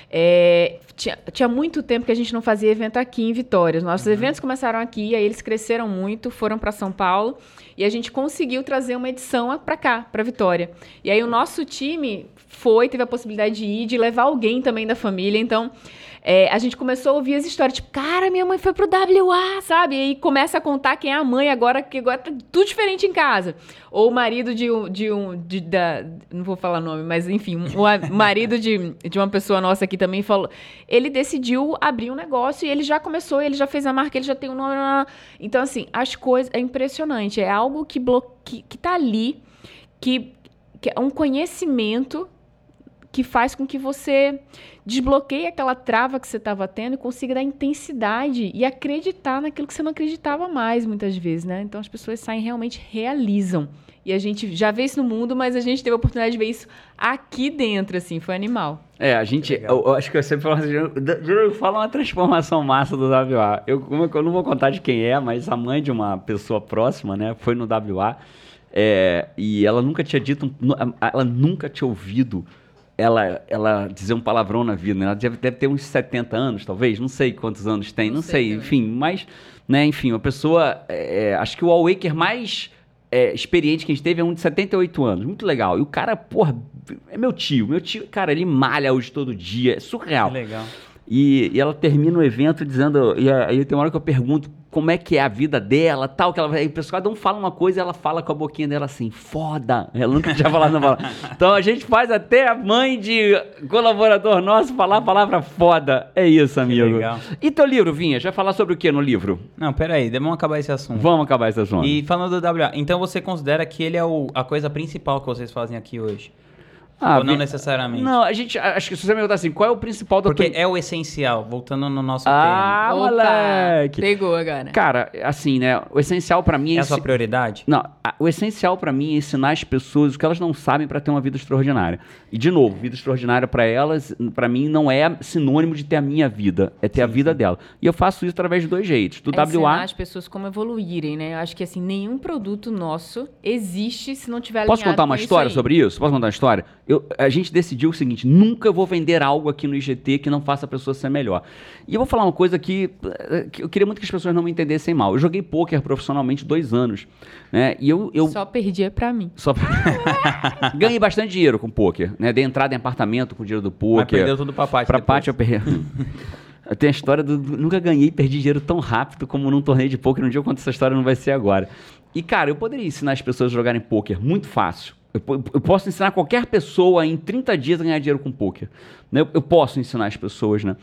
tinha muito tempo que a gente não fazia evento aqui em Vitória. Os nossos eventos começaram aqui, aí eles cresceram muito, foram para São Paulo, e a gente conseguiu trazer uma edição para cá, para Vitória. E aí o nosso time teve a possibilidade de ir, de levar alguém também da família, então... a gente começou a ouvir as histórias, tipo, cara, minha mãe foi pro WA, sabe? E aí começa a contar quem é a mãe agora, que agora tá tudo diferente em casa. Ou o marido não vou falar nome, mas enfim, o marido de uma pessoa nossa aqui também falou, ele decidiu abrir um negócio e ele já começou, ele já fez a marca, ele já tem um nome. Então, assim, as coisas, é impressionante, é algo que tá ali, que é um conhecimento que faz com que você desbloqueie aquela trava que você estava tendo e consiga dar intensidade e acreditar naquilo que você não acreditava mais, muitas vezes, né? Então, as pessoas saem realmente realizam. E a gente já vê isso no mundo, mas a gente teve a oportunidade de ver isso aqui dentro, assim, foi animal. A gente, eu acho que eu sempre falo assim, eu falo uma transformação massa do WA. Eu não vou contar de quem é, mas a mãe de uma pessoa próxima, né, foi no WA, e ela nunca tinha ela nunca tinha ouvido ela dizer um palavrão na vida, né? Ela deve ter uns 70 anos, talvez, não sei quantos anos tem, não sei, enfim, mas, né, enfim, uma pessoa, acho que o All-Waker mais experiente que a gente teve é um de 78 anos, muito legal, e o cara, porra, é meu tio, cara, ele malha hoje todo dia, é surreal. Que legal. E ela termina o evento dizendo, e aí tem uma hora que eu pergunto como é que é a vida dela, tal, que ela vai, o pessoal cada um fala uma coisa e ela fala com a boquinha dela assim, foda, ela nunca tinha falado na palavra. Então a gente faz até a mãe de colaborador nosso falar a palavra foda, é isso, amigo. Que legal. E teu livro, Vinha, já falar sobre o que no livro? Não, peraí, vamos acabar esse assunto. Vamos acabar esse assunto. E falando do WA, então você considera que ele é a coisa principal que vocês fazem aqui hoje? Ou não necessariamente? Não, a gente, acho que se você me perguntar assim, qual é o principal da Porque é o essencial, voltando no nosso tema. Ah, moleque! Pegou agora. Cara, assim, né, o essencial pra mim... É a sua prioridade? Não, o essencial pra mim é ensinar as pessoas o que elas não sabem pra ter uma vida extraordinária. E, de novo, vida extraordinária pra elas, pra mim, não é sinônimo de ter a minha vida, é ter a vida dela. E eu faço isso através de 2 jeitos. Do WA... ensinar as pessoas como evoluírem, né? Eu acho que, assim, nenhum produto nosso existe se não tiver alinhado. Posso contar uma história sobre isso? Posso contar uma história? A gente decidiu o seguinte, nunca vou vender algo aqui no IGT que não faça a pessoa ser melhor. E eu vou falar uma coisa que eu queria muito que as pessoas não me entendessem mal. Eu joguei pôquer profissionalmente 2 anos, né? E eu só perdia pra mim. Ganhei bastante dinheiro com pôquer, né? Dei entrada em apartamento com o dinheiro do pôquer. Mas perdeu tudo pra Paty. Pra Paty eu perdi. Tem a história nunca ganhei e perdi dinheiro tão rápido como num torneio de pôquer. Um dia eu conto essa história, não vai ser agora. E, cara, eu poderia ensinar as pessoas a jogarem pôquer muito fácil. Eu posso ensinar qualquer pessoa em 30 dias a ganhar dinheiro com pôquer. Né? Eu posso ensinar as pessoas, né?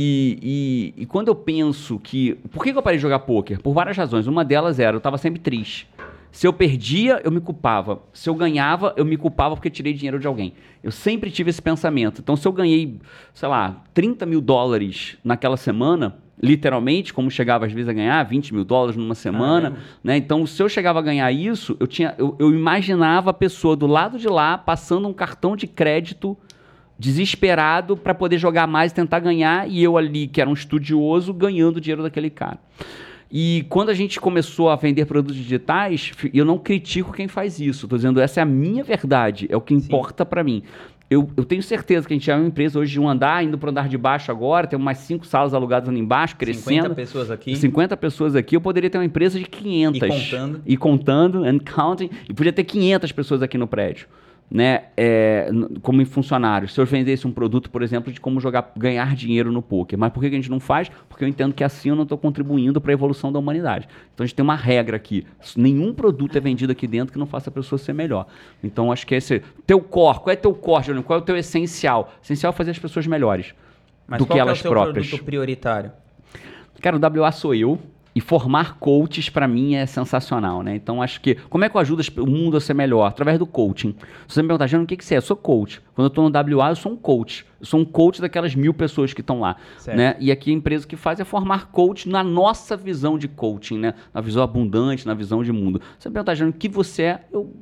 E quando eu penso que... Por que eu parei de jogar pôquer? Por várias razões. Uma delas era, eu estava sempre triste. Se eu perdia, eu me culpava. Se eu ganhava, eu me culpava porque tirei dinheiro de alguém. Eu sempre tive esse pensamento. Então, se eu ganhei, sei lá, $30 mil naquela semana... Literalmente, como chegava às vezes a ganhar $20 mil numa semana, né? Então, se eu chegava a ganhar isso, eu imaginava a pessoa do lado de lá passando um cartão de crédito desesperado para poder jogar mais e tentar ganhar, e eu ali, que era um estudioso, ganhando o dinheiro daquele cara. E quando a gente começou a vender produtos digitais, eu não critico quem faz isso. Estou dizendo, essa é a minha verdade, é o que importa para mim. Eu tenho certeza que a gente é uma empresa hoje de um andar, indo para o andar de baixo agora, temos mais 5 salas alugadas ali embaixo, crescendo. 50 pessoas aqui. 50 pessoas aqui, eu poderia ter uma empresa de 500. E contando, and counting, e podia ter 500 pessoas aqui no prédio, né? Como funcionários. Se eu vendesse um produto, por exemplo, de como ganhar dinheiro no poker. Mas por que a gente não faz? Porque eu entendo que assim eu não estou contribuindo para a evolução da humanidade. Então a gente tem uma regra aqui. Nenhum produto é vendido aqui dentro que não faça a pessoa ser melhor. Então acho que esse... Teu core, qual é teu core, Júnior? Qual é o teu essencial? O essencial é fazer as pessoas melhores do que elas próprias. Mas qual é o teu produto prioritário? Cara, o WA sou eu. E formar coaches, para mim, é sensacional, né? Então, acho que... Como é que eu ajudo o mundo a ser melhor? Através do coaching. Se você me perguntar, Jânio, o que você é? Eu sou coach. Quando eu estou no WA, eu sou um coach. Eu sou um coach daquelas 1000 pessoas que estão lá. Né? E aqui a empresa que faz é formar coach na nossa visão de coaching, né? Na visão abundante, na visão de mundo. Se você me perguntar, Jânio, o que você é? Eu...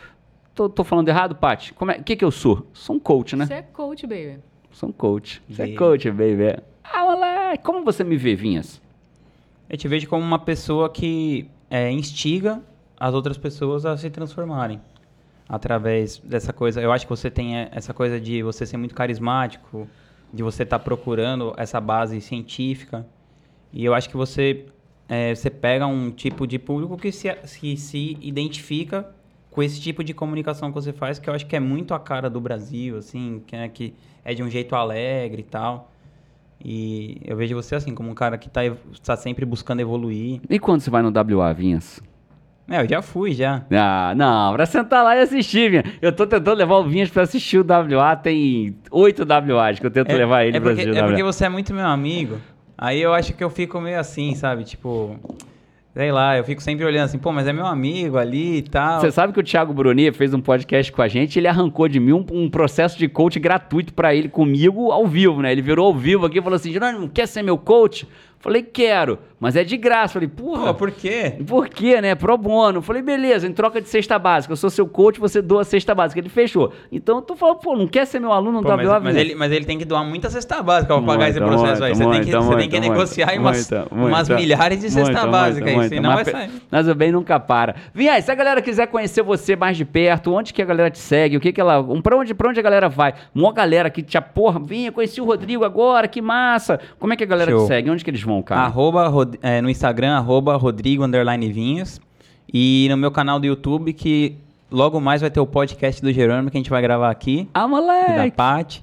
Tô falando errado, Paty? O que eu sou? Sou um coach, né? Você é coach, baby. Sou um coach. Você é coach, baby. Ah, moleque. Como você me vê, Vinhas? Eu te vejo como uma pessoa que instiga as outras pessoas a se transformarem através dessa coisa. Eu acho que você tem essa coisa de você ser muito carismático, de você estar procurando essa base científica. E eu acho que você pega um tipo de público que se identifica com esse tipo de comunicação que você faz, que eu acho que é muito a cara do Brasil, assim, que é de um jeito alegre e tal. E eu vejo você assim, como um cara que tá sempre buscando evoluir. E quando você vai no WA, Vinhas? Eu já fui, já. Ah, não, pra sentar lá e assistir, Vinhas. Eu tô tentando levar o Vinhas pra assistir o WA, tem 8 WAs que eu tento levar ele pra assistir o WA. É porque você é muito meu amigo, aí eu acho que eu fico meio assim, sabe, tipo... Sei lá, eu fico sempre olhando assim, pô, mas é meu amigo ali e tal. Você sabe que o Thiago Bruni fez um podcast com a gente, ele arrancou de mim um processo de coach gratuito pra ele, comigo, ao vivo, né? Ele virou ao vivo aqui e falou assim, Jerônimo, quer ser meu coach? Falei, quero, mas é de graça. Falei, porra. Pô, por quê? Por quê, né? Pro bono. Falei, beleza, em troca de cesta básica. Eu sou seu coach, você doa a cesta básica. Ele fechou. Então eu tô falando, pô, não quer ser meu aluno no WA? Mas ele tem que doar muita cesta básica pra pagar esse processo aí. Você tem que negociar aí umas milhares de cesta básica aí, senão vai sair. Mas o bem nunca para. Vinha, se a galera quiser conhecer você mais de perto, onde que a galera te segue? O que que ela... Pra onde a galera vai? Uma galera que te porra, Vinha, conheci o Rodrigo agora, que massa. Como é que a galera te segue? Onde que eles vão, cara? No Instagram, @Rodrigo_Vinhas. E no meu canal do YouTube, que logo mais vai ter o podcast do Jerônimo, que a gente vai gravar aqui. Ah, moleque! Da Paty.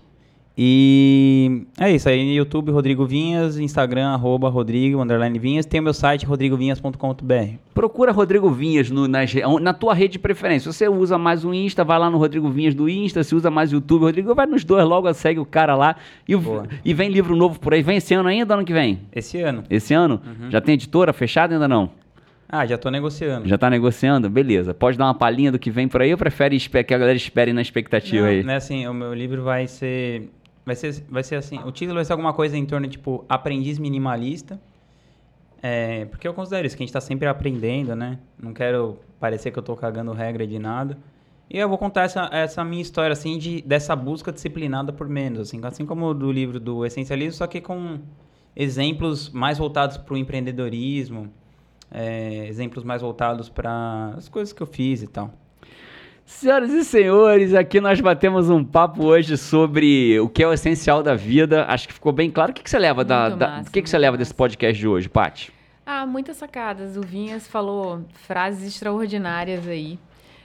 E é isso aí, no YouTube, Rodrigo Vinhas, Instagram, @Rodrigo_Vinhas. Tem o meu site, rodrigovinhas.com.br. Procura Rodrigo Vinhas na tua rede de preferência. Se você usa mais o Insta, vai lá no Rodrigo Vinhas do Insta. Se usa mais o YouTube, Rodrigo, vai nos dois logo, segue o cara lá. E vem livro novo por aí. Vem esse ano ainda, ano que vem? Esse ano. Esse ano? Uhum. Já tem editora fechada ainda não? Já tô negociando. Já tá negociando? Beleza. Pode dar uma palhinha do que vem por aí ou prefere que a galera espere na expectativa aí? Não é assim, o meu livro vai ser assim, o título vai ser alguma coisa em torno de, tipo, aprendiz minimalista. Porque eu considero isso, que a gente tá sempre aprendendo, né? Não quero parecer que eu tô cagando regra de nada. E eu vou contar essa minha história, assim, dessa busca disciplinada por menos, assim como do livro do Essencialismo, só que com exemplos mais voltados para o empreendedorismo, exemplos mais voltados para as coisas que eu fiz e tal. Senhoras e senhores, aqui nós batemos um papo hoje sobre o que é o essencial da vida. Acho que ficou bem claro. O que você leva o que você leva desse podcast de hoje, Paty? Muitas sacadas. O Vinhas falou frases extraordinárias aí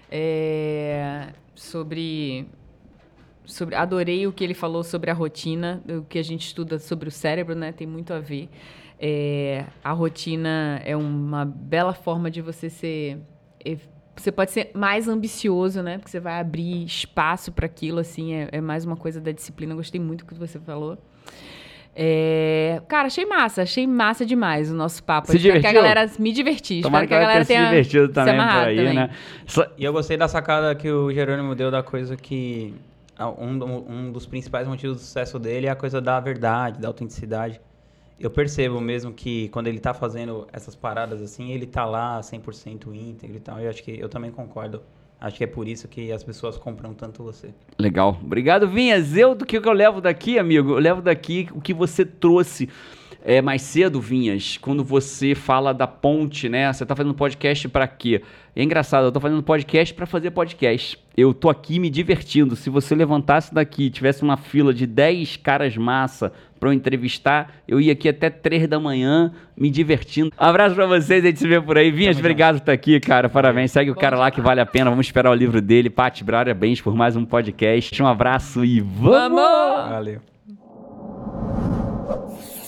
sobre adorei o que ele falou sobre a rotina, o que a gente estuda sobre o cérebro, né? Tem muito a ver. A rotina é uma bela forma de você ser... Você pode ser mais ambicioso, né? Porque você vai abrir espaço para aquilo, assim. É mais uma coisa da disciplina. Gostei muito do que você falou. Cara, achei massa demais o nosso papo. Se divertiu? Que a galera me divertir. Tomara que a galera tenha se divertido também por aí, também. Né? E eu gostei da sacada que o Jerônimo deu da coisa que... Um dos principais motivos do sucesso dele é a coisa da verdade, da autenticidade. Eu percebo mesmo que quando ele tá fazendo essas paradas assim, ele tá lá 100% íntegro e tal. Eu acho que eu também concordo. Acho que é por isso que as pessoas compram tanto você. Legal. Obrigado, Vinhas. Do que eu levo daqui, amigo? Eu levo daqui o que você trouxe mais cedo, Vinhas, quando você fala da ponte, né? Você tá fazendo podcast pra quê? É engraçado, eu tô fazendo podcast pra fazer podcast. Eu tô aqui me divertindo. Se você levantasse daqui e tivesse uma fila de 10 caras massa pra eu entrevistar, eu ia aqui até 3 da manhã me divertindo. Um abraço pra vocês, a gente se vê por aí. Vinhas, obrigado por estar aqui, cara. Parabéns. Segue o cara lá que vale a pena. Vamos esperar o livro dele. Paty, parabéns por mais um podcast. Um abraço e vamos! Valeu.